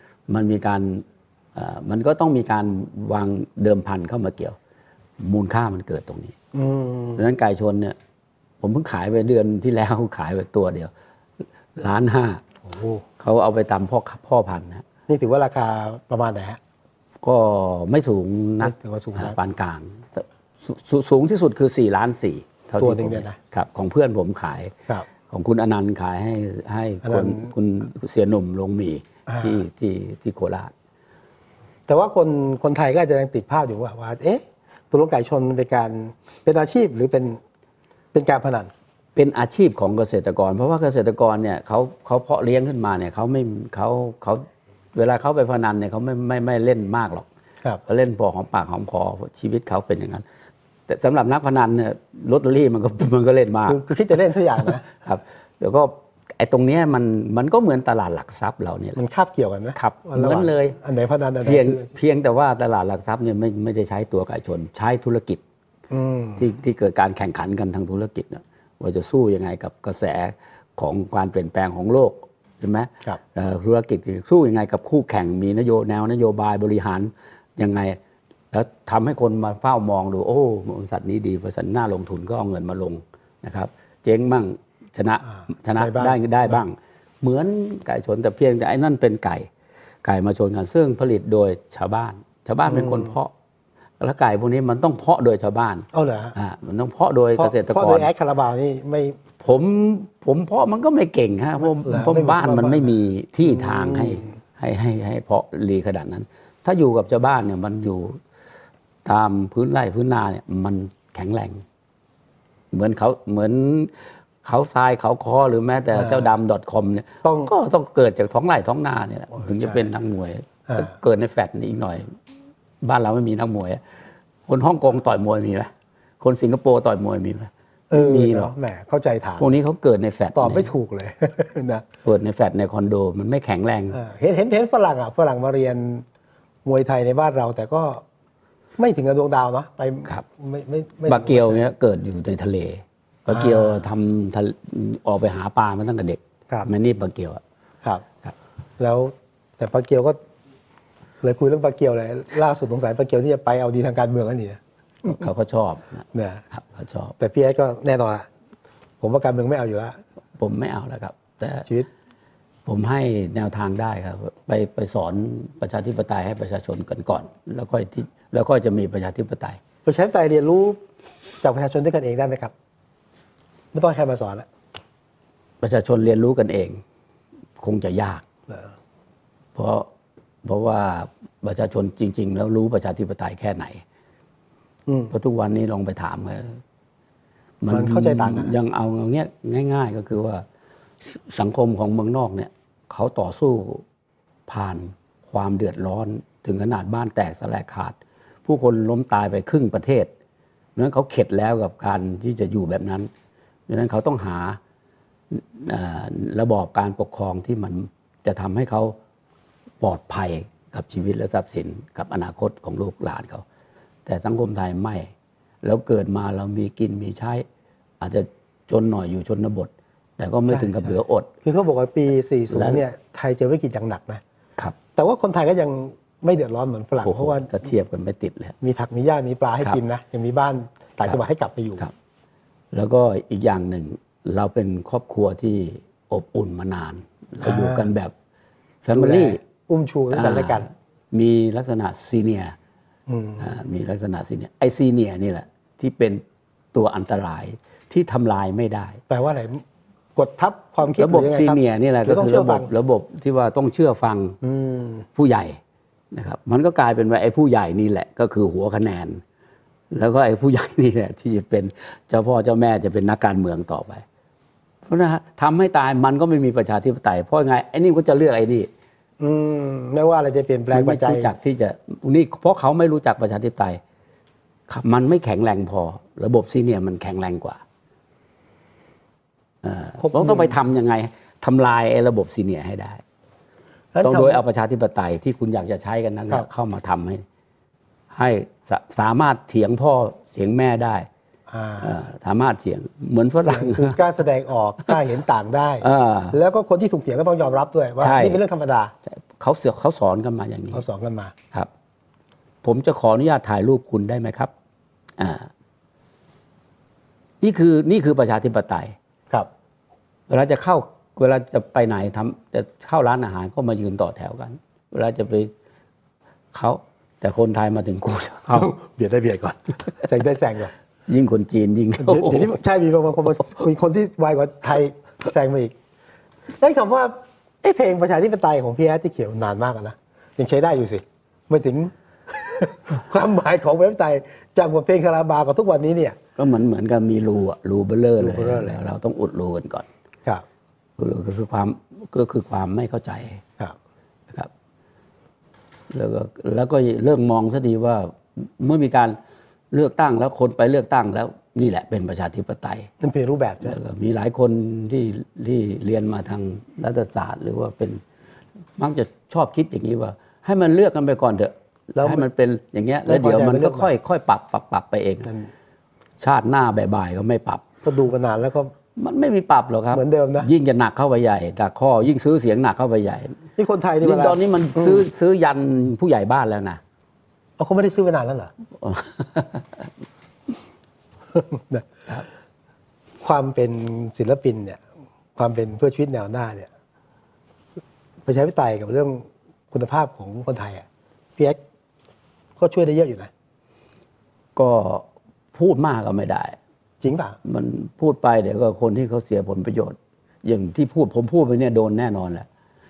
มันก็ต้องมีการวางเดิมพันเข้ามาเกี่ยวมูลค่ามันเกิดตรงนี้ดังนั้นไก่ชนเนี่ยผมเพิ่งขายไปเดือนที่แล้วขายไปตัวเดียว1.5 ล้านเขาเอาไปตามพ่อพันธุ์นะนี่ถือว่าราคาประมาณไหนฮะก็ไม่สูงนักปานกลางสูงที่สุดคือ4.4 ล้านตัวนึงเนี่ยนะครับของเพื่อนผมขายของคุณอนันต์ขายให้คุณเสียหนุ่มลงหมี่ที่โคราชแต่ว่าคนไทยก็จะยังติดภาพอยู่ว่าเอ๊ะตัวลงไก่ชนเป็นอาชีพหรือเป็นการพนันเป็นอาชีพของเกษตรกรเพราะว่าเกษตรกรเนี่ยเขาเพาะเลี้ยงขึ้นมาเนี่ยเขาเวลาเขาไปพนันเนี่ยเขาไม่เล่นมากหรอกเขาเล่นพอหอมปากหอมคอชีวิตเขาเป็นอย่างนั้นแต่สำหรับนักพนันเนี่ยลอตเตอรี่มันก็เล่นมากคือคิดจะเล่นทุกอย่างนะครับเดี๋ยวก็ไอ้ตรงนี้มันก็เหมือนตลาดหลักทรัพย์เราเนี่ยมันคาบเกี่ยวกันไหมครับเหมือนเลยอันไหนพนันอันไหนเพียงแต่ว่าตลาดหลักทรัพย์เนี่ยไม่ได้ใช้ตัวไก่ชนใช้ธุรกิจที่เกิดการแข่งขันกันทางธุรกิจนะว่าจะสู้ยังไงกับกระแสของการเปลี่ยนแปลงของโลกใช่ไหมธุรกิจสู้ยังไงกับคู่แข่งมีนโยบายบริหารยังไงแล้วทำให้คนมาเฝ้ามองดูโอ้บริษัทนี้ดีบริษัทน่าลงทุนก็เอาเงินมาลงนะครับเจ๊งบ้างชนะได้บ้างเหมือนไก่ชนแต่เพียงแต่ไอ้นั่นเป็นไก่มาชนกันซึ่งผลิตโดยชาวบ้านเป็นคนเพาะแล้วไก่พวกนี้มันต้องเพาะโดยชาวบ้านเหรอมันต้องเพาะโดยเกษตรกรเพาะโดยแอดคาราบาวนี่ไม่ผมเพาะมันก็ไม่เก่งฮะเพราะบ้านมันไม่มีที่ทางให้เพาะลีขนาดนั้นถ้าอยู่กับชาวบ้านเนี่ยมันอยู่ตามพื้นไร่พื้นนาเนี่ยมันแข็งแรงเหมือนเขาทรายเขาคอหรือแม้แต่เจ้าดำ .com เนี่ยก็ต้องเกิดจากท้องไร่ท้องนาเนี่ยถึงจะเป็นนักมวยเกิดในแฟลตนี่อีกหน่อยบ้านเราไม่มีนักมวยคนฮ่องกงต่อยมวยมีไหมคนสิงคโปร์ต่อยมวยมีไหมไม่มีหรอกแหมเข้าใจถามพวกนี้เขาเกิดในแฟลตตอบไม่ถูกเลยนะเกิดในแฟลตในคอนโดมันไม่แข็งแรงเห็นฝรั่งมาเรียนมวยไทยในบ้านเราแต่ก็ไม่ถึงกับดวงดาวนะไปครับไม่ปลาเกียวเนี้ยเกิดอยู่ในทะเลปลาเกียวทำออกไปหาปลามาตั้งแต่เด็กแม่นี่ปลาเกียวครับแล้วแต่ปลาเกียวก็เลยคุยเรื่องปลาเกียวเลยล่าสุดสงสัยปลาเกียวที่จะไปเอาดีทางการเมืองแล้วนี่เขาก็ชอบนะครับเขาชอบแต่พี่แอ๊ดก็แน่นอนผมว่าการเมืองไม่เอาอยู่แล้วผมไม่เอาแล้วครับแต่ชีวิตผมให้แนวทางได้ครับไปสอนประชาธิปไตยให้ประชาชนกันก่อนแล้วค่อยจะมีประชาธิปไตยประชาธิปไตยเรียนรู้จากประชาชนด้วยกันเองได้ไหมครับไม่ต้องใครมาสอนแล้วประชาชนเรียนรู้กันเองคงจะยากเพราะว่าประชาชนจริงๆแล้วรู้ประชาธิปไตยแค่ไหนเพราะทุกวันนี้ลองไปถามมันเข้าใจต่างกันยังเอาเงี้ยง่ายๆก็คือว่าสังคมของเมืองนอกเนี่ยเขาต่อสู้ผ่านความเดือดร้อนถึงขนาดบ้านแตกสลายขาดผู้คนล้มตายไปครึ่งประเทศนั้นเขาเข็ดแล้วกับการที่จะอยู่แบบนั้นดังนั้นเขาต้องหาระบอบการปกครองที่มันจะทำให้เขาปลอดภัยกับชีวิตและทรัพย์สินกับอนาคตของลูกหลานเขาแต่สังคมไทยไม่แล้วเกิดมาเรามีกินมีใช้อาจจะจนหน่อยอยู่ชนบทแต่ก็ไม่ถึงกับเหลืออดคือเขาบอกว่าปี40เนี่ยไทยเจอวิกฤตอย่างหนักนะครับแต่ว่าคนไทยก็ยังไม่เดือดร้อนเหมือนฝรั่งเพราะว่าถ้าเทียบกันไม่ติดเลยมีผักมีหญ้ามีปลาให้กินนะยังมีบ้านต่างจังหวัดให้กลับไปอยู่แล้วก็อีกอย่างหนึ่งเราเป็นครอบครัวที่อบอุ่นมานานเราอยู่กันแบบแฟมิลี่อุ้มชูกันและกันมีลักษณะซีเนียร์มีลักษณะซีเนียร์ไอซีเนียร์นี่แหละที่เป็นตัวอันตรายที่ทำลายไม่ได้แปลว่าอะไรกดทับความคิดระบบซีเนียร์นี่แหละก็คือระบบที่ว่าต้องเชื่อฟังผู้ใหญ่นะครับมันก็กลายเป็นว่าไอ้ผู้ใหญ่นี่แหละก็คือหัวคะแนนแล้วก็ไอ้ผู้ใหญ่นี่แหละที่จะเป็นเจ้าพ่อเจ้าแม่จะเป็นนักการเมืองต่อไปเพราะนะฮะทำให้ตายมันก็ไม่มีประชาธิปไตยเพราะไงไอ้นี่ก็จะเลือกไอ้นี่ไม่ว่าอะไรจะเปลี่ยนแปลงปัจจัยไม่รู้จักที่จะนี่เพราะเขาไม่รู้จักประชาธิปไตยมันไม่แข็งแรงพอระบบซีเนียร์มันแข็งแรงกว่าเราต้องไปทำยังไงทำลายไอ้ระบบซีเนียร์ให้ได้ต้องโดยเอาประชาธิปไตยที่คุณอยากจะใช้กันนั้นเข้ามาทำให้สามารถเถียงพ่อเสียงแม่ได้สามารถเถียงเหมือนฝรั่งคือกล้าแสดงออกกล้าเห็นต่างได้แล้วก็คนที่ถูกเถียงก็ต้องยอมรับด้วยว่านี่เป็นเรื่องธรรมดาเขาสอนกันมาอย่างนี้เขาสอนกันมาครับผมจะขออนุญาตถ่ายรูปคุณได้ไหมครับนี่คือประชาธิปไตยครับเวลาจะไปไหนจะเข้าร้านอาหารก็มายืนต่อแถวกันเวลาจะไปแต่คนไทยมาถึงกูเอาเบียดได้เบียดก่อนแซงได้แซงก่อนยิ่งคนจีนยิ่งเดี๋ยวนี้ใช่มีบางคนมีคนที่ไวกว่าไทยแซงมาอีกนั่นคำว่าเพลงประชาธิปไตยของพี่แอดที่เขียนนานมากนะยังใช้ได้อยู่สิไม่ถึงความหมายของประชาธิปไตยจากบทเพลงคาราบาวกับทุกวันนี้เนี่ยก็เหมือนกับมีรูเบลเลอร์เลยเราต้องอุดรูกันก่อนครับก็คือความไม่เข้าใจนะครับแล้วก็เริ่มมองซะดีว่าเมื่อมีการเลือกตั้งแล้วคนไปเลือกตั้งแล้วนี่แหละเป็นประชาธิปไตยนั่นเป็นรูปแบบใช่ไหมมีหลายคนที่เรียนมาทางรัฐศาสตร์หรือว่าเป็นมักจะชอบคิดอย่างนี้ว่าให้มันเลือกกันไปก่อนเถอะให้มันเป็นอย่างเงี้ยแล้วเดี๋ยวมันก็ค่อยปรับไปเองชาติหน้าบ่ายๆก็ไม่ปรับก็ดูกันนานแล้วก็มันไม่มีปรับหรอกครับเหมือนเดิมนะยิ่งจะหนักเข้าไปใหญ่ดักข้อยิ่งซื้อเสียงหนักเข้าไปใหญ่ที่คนไทยนี่ตอนนี้มันซื้อยันผู้ใหญ่บ้านแล้วนะเขาไม่ได้ซื้อมานานแล้วเหรอความเป็นศิลปินเนี่ยความเป็นเพื่อชีวิตแนวหน้าเนี่ยประชาธิปไตยกับเรื่องคุณภาพของคนไทยอ่ะพี่แอ๊กก็ช่วยได้เยอะอยู่นะก็พูดมากก็ไม่ได้จริงป่ะมันพูดไปเดี๋ยวก็คนที่เขาเสียผลประโยชน์อย่างที่ผมพูดไปเนี่ยโดนแน่นอนแหละ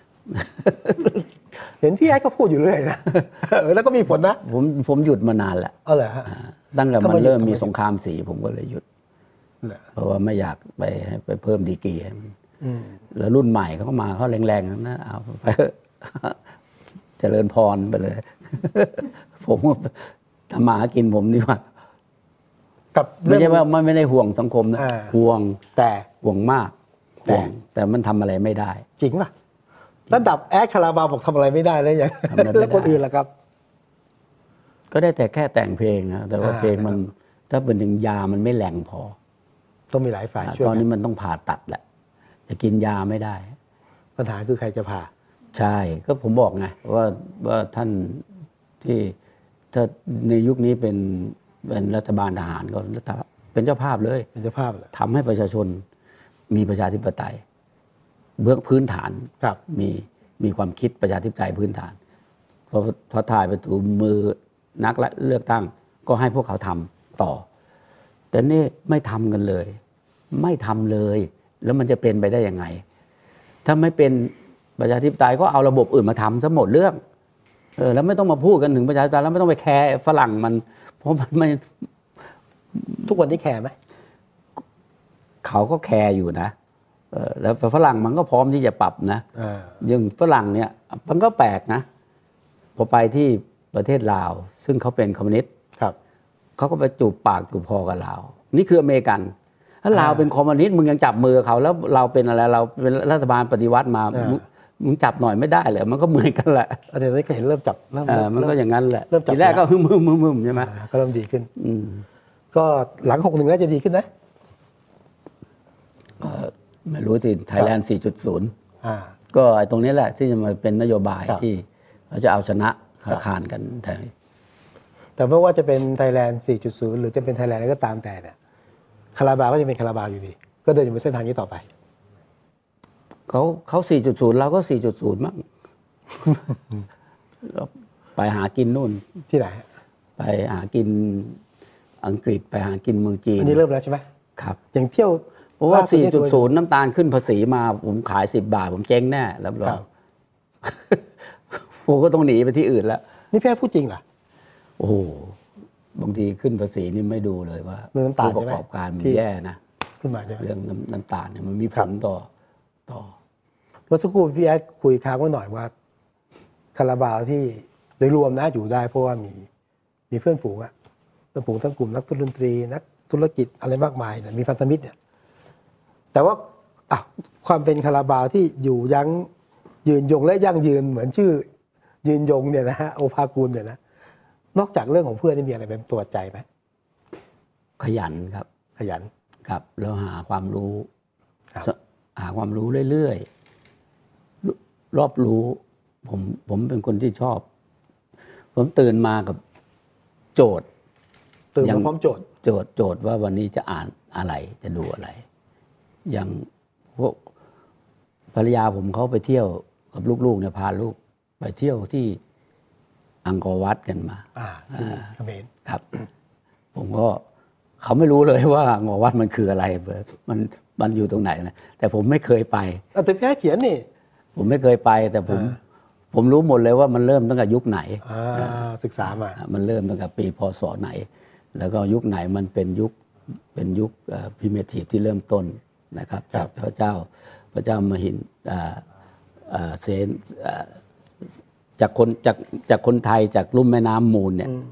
เห็นที่แอ๊กก็พูดอยู่เรื่อยนะแล้วก็มีผลนะผมหยุดมานานแล้วเหรอฮะตั้งแต่มันเริ่มมีสงครามสีผมก็เลยหยุดเพราะว่าไม่อยากไปเพิ่มดีกรีให้มันแล้วรุ่นใหม่เขาก็มาเขาแรงๆนะเอาไปเจริญพรไปเลยผมทำมาหากินผมดีกว่ากับไม่ใช่เรื่องว่าไม่ได้ห่วงสังคมนะห่วงแต่ห่วงมากห่วงแต่มันทำอะไรไม่ได้จริงป่ะระดับแอดคาราบาวบอกทำอะไรไม่ได้เลยอย่างแล้วคนอื่นล่ะครับก็ได้แต่แค่แต่งเพลงนะแต่ว่าเพลงมันถ้าเป็นถึงยามันไม่แรงพอต้องมีหลายฝ่ายช่วยตอนนี้มันต้องผ่าตัดแหละจะกินยาไม่ได้ปัญหาคือใครจะผ่าใช่ก็ผมบอกไงว่าท่านที่ถ้าในยุคนี้เป็นรัฐบาลทหารก็เป็นเจ้าภาพเลยเป็นเจ้าภาพเลยทำให้ประชาชนมีประชาธิปไตยเบื้องพื้นฐานมีความคิดประชาธิปไตยพื้นฐานพอถ่ายไปถูมือนักเลือกตั้งก็ให้พวกเขาทำต่อแต่นี่ไม่ทำกันเลยไม่ทำเลยแล้วมันจะเป็นไปได้ยังไงถ้าไม่เป็นประชาธิปไตยก็เอาระบบอื่นมาทำซะหมดเรื่องแล้วไม่ต้องมาพูดกันถึงประชาธิปไตยแล้วไม่ต้องไปแคร์ฝรั่งมันเพราะมันไม่ทุกวันนี้แคร์ไหมเขาก็แคร์อยู่นะแล้วฝรั่งมันก็พร้อมที่จะปรับนะอย่างฝรั่งเนี่ยมันก็แปลกนะพอไปที่ประเทศลาวซึ่งเขาเป็นคอมมิวนิสต์เขาก็ไปจูบปากจูบคอกับลาวนี่คืออเมริกันถ้าลาวเป็นคอมมิวนิสต์มึงยังจับมือเขาแล้วเราเป็นอะไรเราเป็นรัฐบาลปฏิวัติมามึงจับหน่อยไม่ได้เลยมันก็เหมือนกันแหละแต่ตอนนี้ก็เห็นเริ่มจับมันก็อย่างนั้นแหละทีแรกก็มึมใช่ไหมก็เริ่มดีขึ้นก็หลัง61แล้วจะดีขึ้นนะไม่รู้สิไทยแลนด์ 4.0 ก็ตรงนี้แหละที่จะมาเป็นนโยบายที่เขาจะเอาชนะคานกันแต่ไม่ว่าจะเป็นไทยแลนด์ 4.0 หรือจะเป็นไทยแลนด์อะไรก็ตามแต่เนี่ยคาราบาวก็จะเป็นคาราบาวอยู่ดีก็เดินอยู่บนเส้นทางนี้ต่อไปเขา 4.0 เราก็ 4.0 มั้งไปหากินนู่นที่ไหนไปหากินอังกฤษไปหากินเมืองจีนอันนี้เริ่มแล้วใช่ไหมครับอย่างเที่ยวเพราะว่า 4.0 น้ำตาลขึ้นภาษีมาผมขาย10 บาทผมเจ๊งแน่รับรองผมก็ต้องหนีไปที่อื่นแล้วนี่แพ้พูดจริงเหรอโอ้โหบางทีขึ้นภาษีนี่ไม่ดูเลยว่าผู้ประกอบการมันแย่นะขึ้นมาใช่ไหมเรื่องน้ำตาลเนี่ยมันมีผลต่อเมื่อสักครู่พี่แอดคุยค้างไว้หน่อยว่าคาราบาวที่โดยรวมนะอยู่ได้เพราะว่ามีเพื่อนฝูงอะเพื่อนฝูงทั้งกลุ่มนักดนตรีนักธุรกิจอะไรมากมายเนี่ยมีพันธมิตรเนี่ยแต่ว่าความเป็นคาราบาวที่อยู่ยั้งยืนยงและยั่งยืนเหมือนชื่อยืนยงเนี่ยนะฮะโอภากูลเนี่ยนะนอกจากเรื่องของเพื่อนนี่มีอะไรเป็นตัวใจไหมขยันครับขยันครับแล้วหาความรู้เรื่อยๆรอบรู้ผมเป็นคนที่ชอบผมตื่นมากับโจทย์ตื่นมาพร้อมโจทย์ว่าวันนี้จะอ่านอะไรจะดูอะไรอย่างพวกภรรยาผมเขาไปเที่ยวกับลูกๆเนี่ยพาลูกไปเที่ยวที่อังกอร์วัดกันมาที่เขมรครับ ผมก็เขาไม่รู้เลยว่าอังกอร์วัดมันคืออะไรมันอยู่ตรงไหนนะแต่ผมไม่เคยไปแต่พี่เขียนนี่ผมไม่เคยไปแต่ผมรู้หมดเลยว่ามันเริ่มตั้งแต่ยุคไหนศึกษามามันเริ่มตั้งแต่ปีพ.ศ.ไหนแล้วก็ยุคไหนมันเป็นยุคพรีเมทีฟที่เริ่มต้นนะครับจากพระเจ้ามหินเซนจากคนไทยจากลุ่มแม่น้ำมูลเนี่ย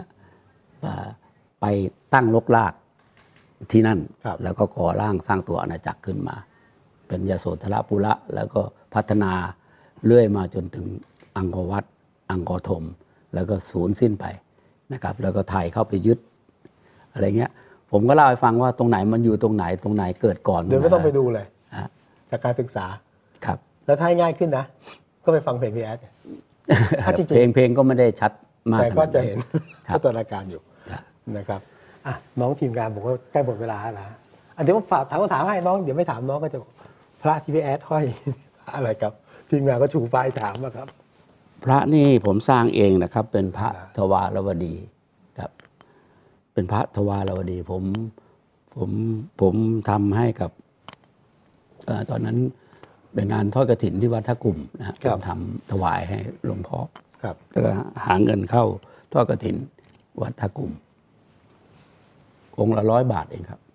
ไปตั้งรกรากที่นั่นแล้วก็ก่อร่างสร้างตัวอาณาจักรขึ้นมาเป็นยโสธรปุระแล้วก็พัฒนาเรื่อยมาจนถึงอังกอร์วัดอังกอร์ธมแล้วก็สูญสิ้นไปนะครับแล้วก็ไทยเข้าไปยึดอะไรเงี้ยผมก็เล่าให้ฟังว่าตรงไหนมันอยู่ตรงไหนเกิดก่อนเดี๋ยวไม่ต้องไปดูเลยจากการศึกษาครับแล้วถ้าง่ายขึ้นนะก็ไปฟังเพลงพี่แอดเพลงก็ไม่ได้ชัดมากแต่ก็จะเห็นพัฒนาการอยู่นะครับน้องทีมงานผมก็ใกล้หมดเวลาแล้วเดี๋ยวผมฝากถามคำถามให้น้องเดี๋ยวไม่ถามน้องก็จะพระที่พี่แอดห้อยอะไรครับทีมงานก็ชูไฟถามนะครับพระนี่ผมสร้างเองนะครับเป็นพระทวารวดีครับเป็นพระทวารวดีผมทำให้กับตอนนั้นเป็นงานทอดกฐินที่วัดท่ากลุ่มนะผมทำถวายให้หลวงพ่อแล้วก็หาเงินเข้าทอดกฐินวัดท่ากลุ่มองค์ละ100 บาทเองครับ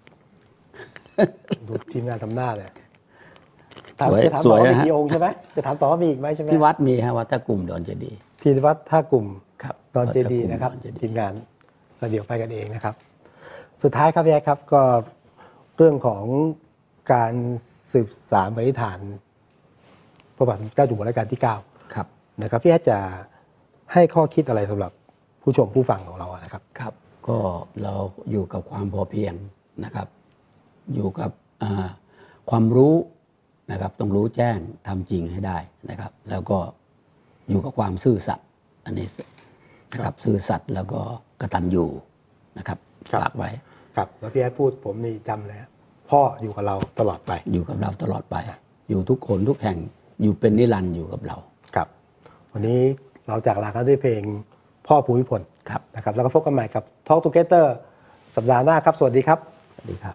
ดูทีมงานทำหน้าเลยสวยนะฮะมีองค์ใช่ไหมจะถามต่อว่ามีอีกไหมใช่ไหมที่วัดมีฮะวัดท่ากลุ่มดอนเจดีที่วัดท่ากลุ่มครับดอนเจดีนะครับทีมงานเราเดี๋ยวไปกันเองนะครับสุดท้ายครับพี่แอ๊ครับก็เรื่องของการสืบสานปณิธานพระบาทสมเด็จเจ้าอยู่หัวรัชกาลที่9 ครับนะครับพี่แอ๊จะให้ข้อคิดอะไรสำหรับผู้ชมผู้ฟังของเรานะครับครับก็เราอยู่กับความพอเพียงนะครับอยู่กับความรู้นะครับต้องรู้แจ้งทำจริงให้ได้นะครับแล้วก็อยู่กับความซื่อสัตย์อันนี้นะครับซื่อสัตย์แล้วก็กตัญญูนะครับฝากไว้ครับแล้วพี่แอ๊พูดผมนี่จำเลยพ่ออยู่กับเราตลอดไปอยู่กับเราตลอดไปอยู่ทุกคนทุกแห่งอยู่เป็นนิรันดร์อยู่กับเราครับวันนี้เราจากลากันด้วยเพลงพ่อภูมิพลนะครับแล้วก็พบกันใหม่กับ Talk Together สัปดาห์หน้าครับสวัสดีครับสวัสดีครับ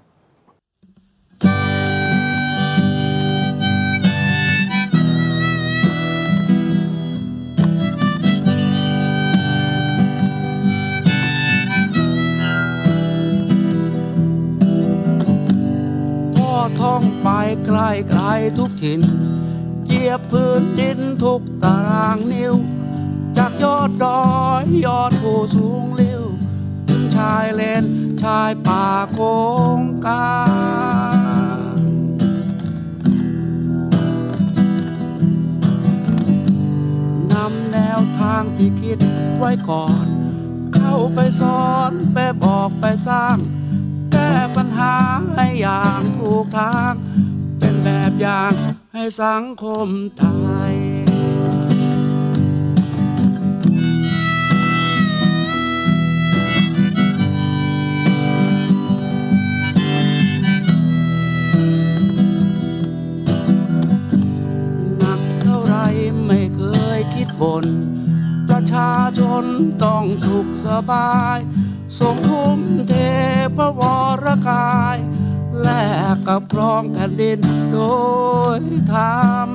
ท่องไปไกลไกลทุกถิ่นเหยียบพื้นดินทุกตารางนิ้วจากยอดดอยยอดภูสูงลิ้วถึงชายเลนชายป่าโกงกางนำแนวทางที่คิดไว้ก่อนเข้าไปสอนไปบอกไปสร้างแก้ปัญหาให้อย่างถูกทางเป็นแบบอย่างให้สังคมไทยหนักเท่าไรไม่เคยคิดบ่นประชาชนต้องสุขสบายทรงทุ่มเทพระวรกายแลกกับครองแผ่นดินโดยธรรม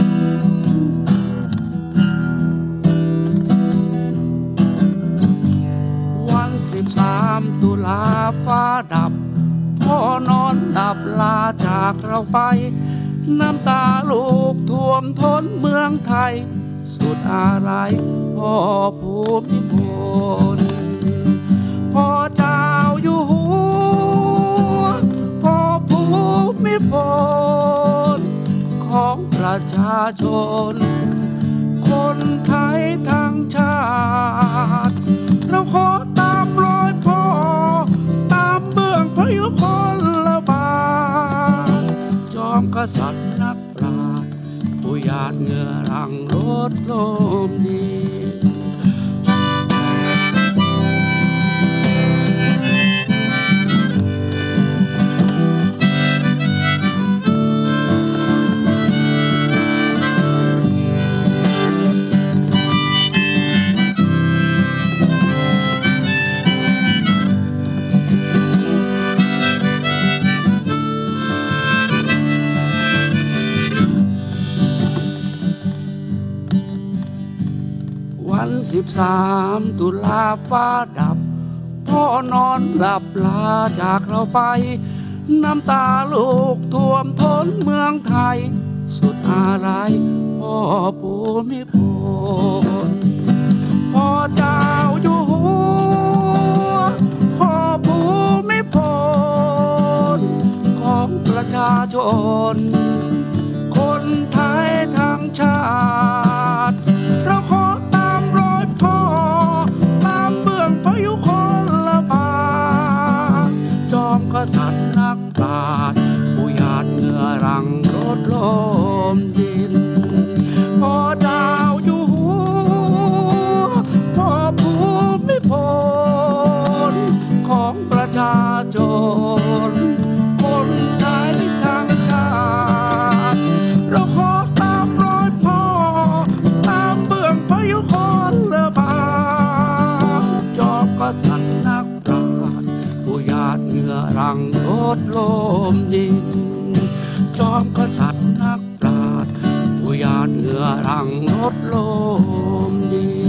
วัน13 ตุลาฟ้าดับพ่อนอนดับลาจากเราไปน้ำตาลูกท่วมท้นเมืองไทยสุดอาลัยพ่อภูมิพลพ่อเจ้าอยู่หัวพ่อภูมิพลของประชาชนคนไทยทั้งชาติเราขอตามรอยพ่อตามเบื้องพระยุคลบาทจอมกษัตริย์นักปราชญ์ผู้หยาดเหงื่อรังรดลมดีวัน13 ตุลาฟ้าดับพ่อนอนหลับลาจากเราไปน้ำตาลูกท่วมท้นเมืองไทยสุดอาลัยพ่อภูมิพลพ่อเจ้าอยู่หัวพ่อภูมิพลของประชาชนคนไทยทั้งชาติเราขอตามรอยพ่อตามเบื้องพระยุคลบาทจอมกษัตริย์นักปราชญ์ผู้หยาดเหงื่อรังรดลมดินพ่อเจ้าอยู่หัวพ่อภูมิพลของประชาชนคนไทยทั้งชาติเราขอตามรอยพ่อตามเบื้องพระยุคลบาทจอมกษัตริย์นักปราชญ์ผู้หยาดเหงื่อรังรดลมดินจอมกษัตริย์นักปราชญ์ผู้หยาดเหงื่อรังรดลมดิน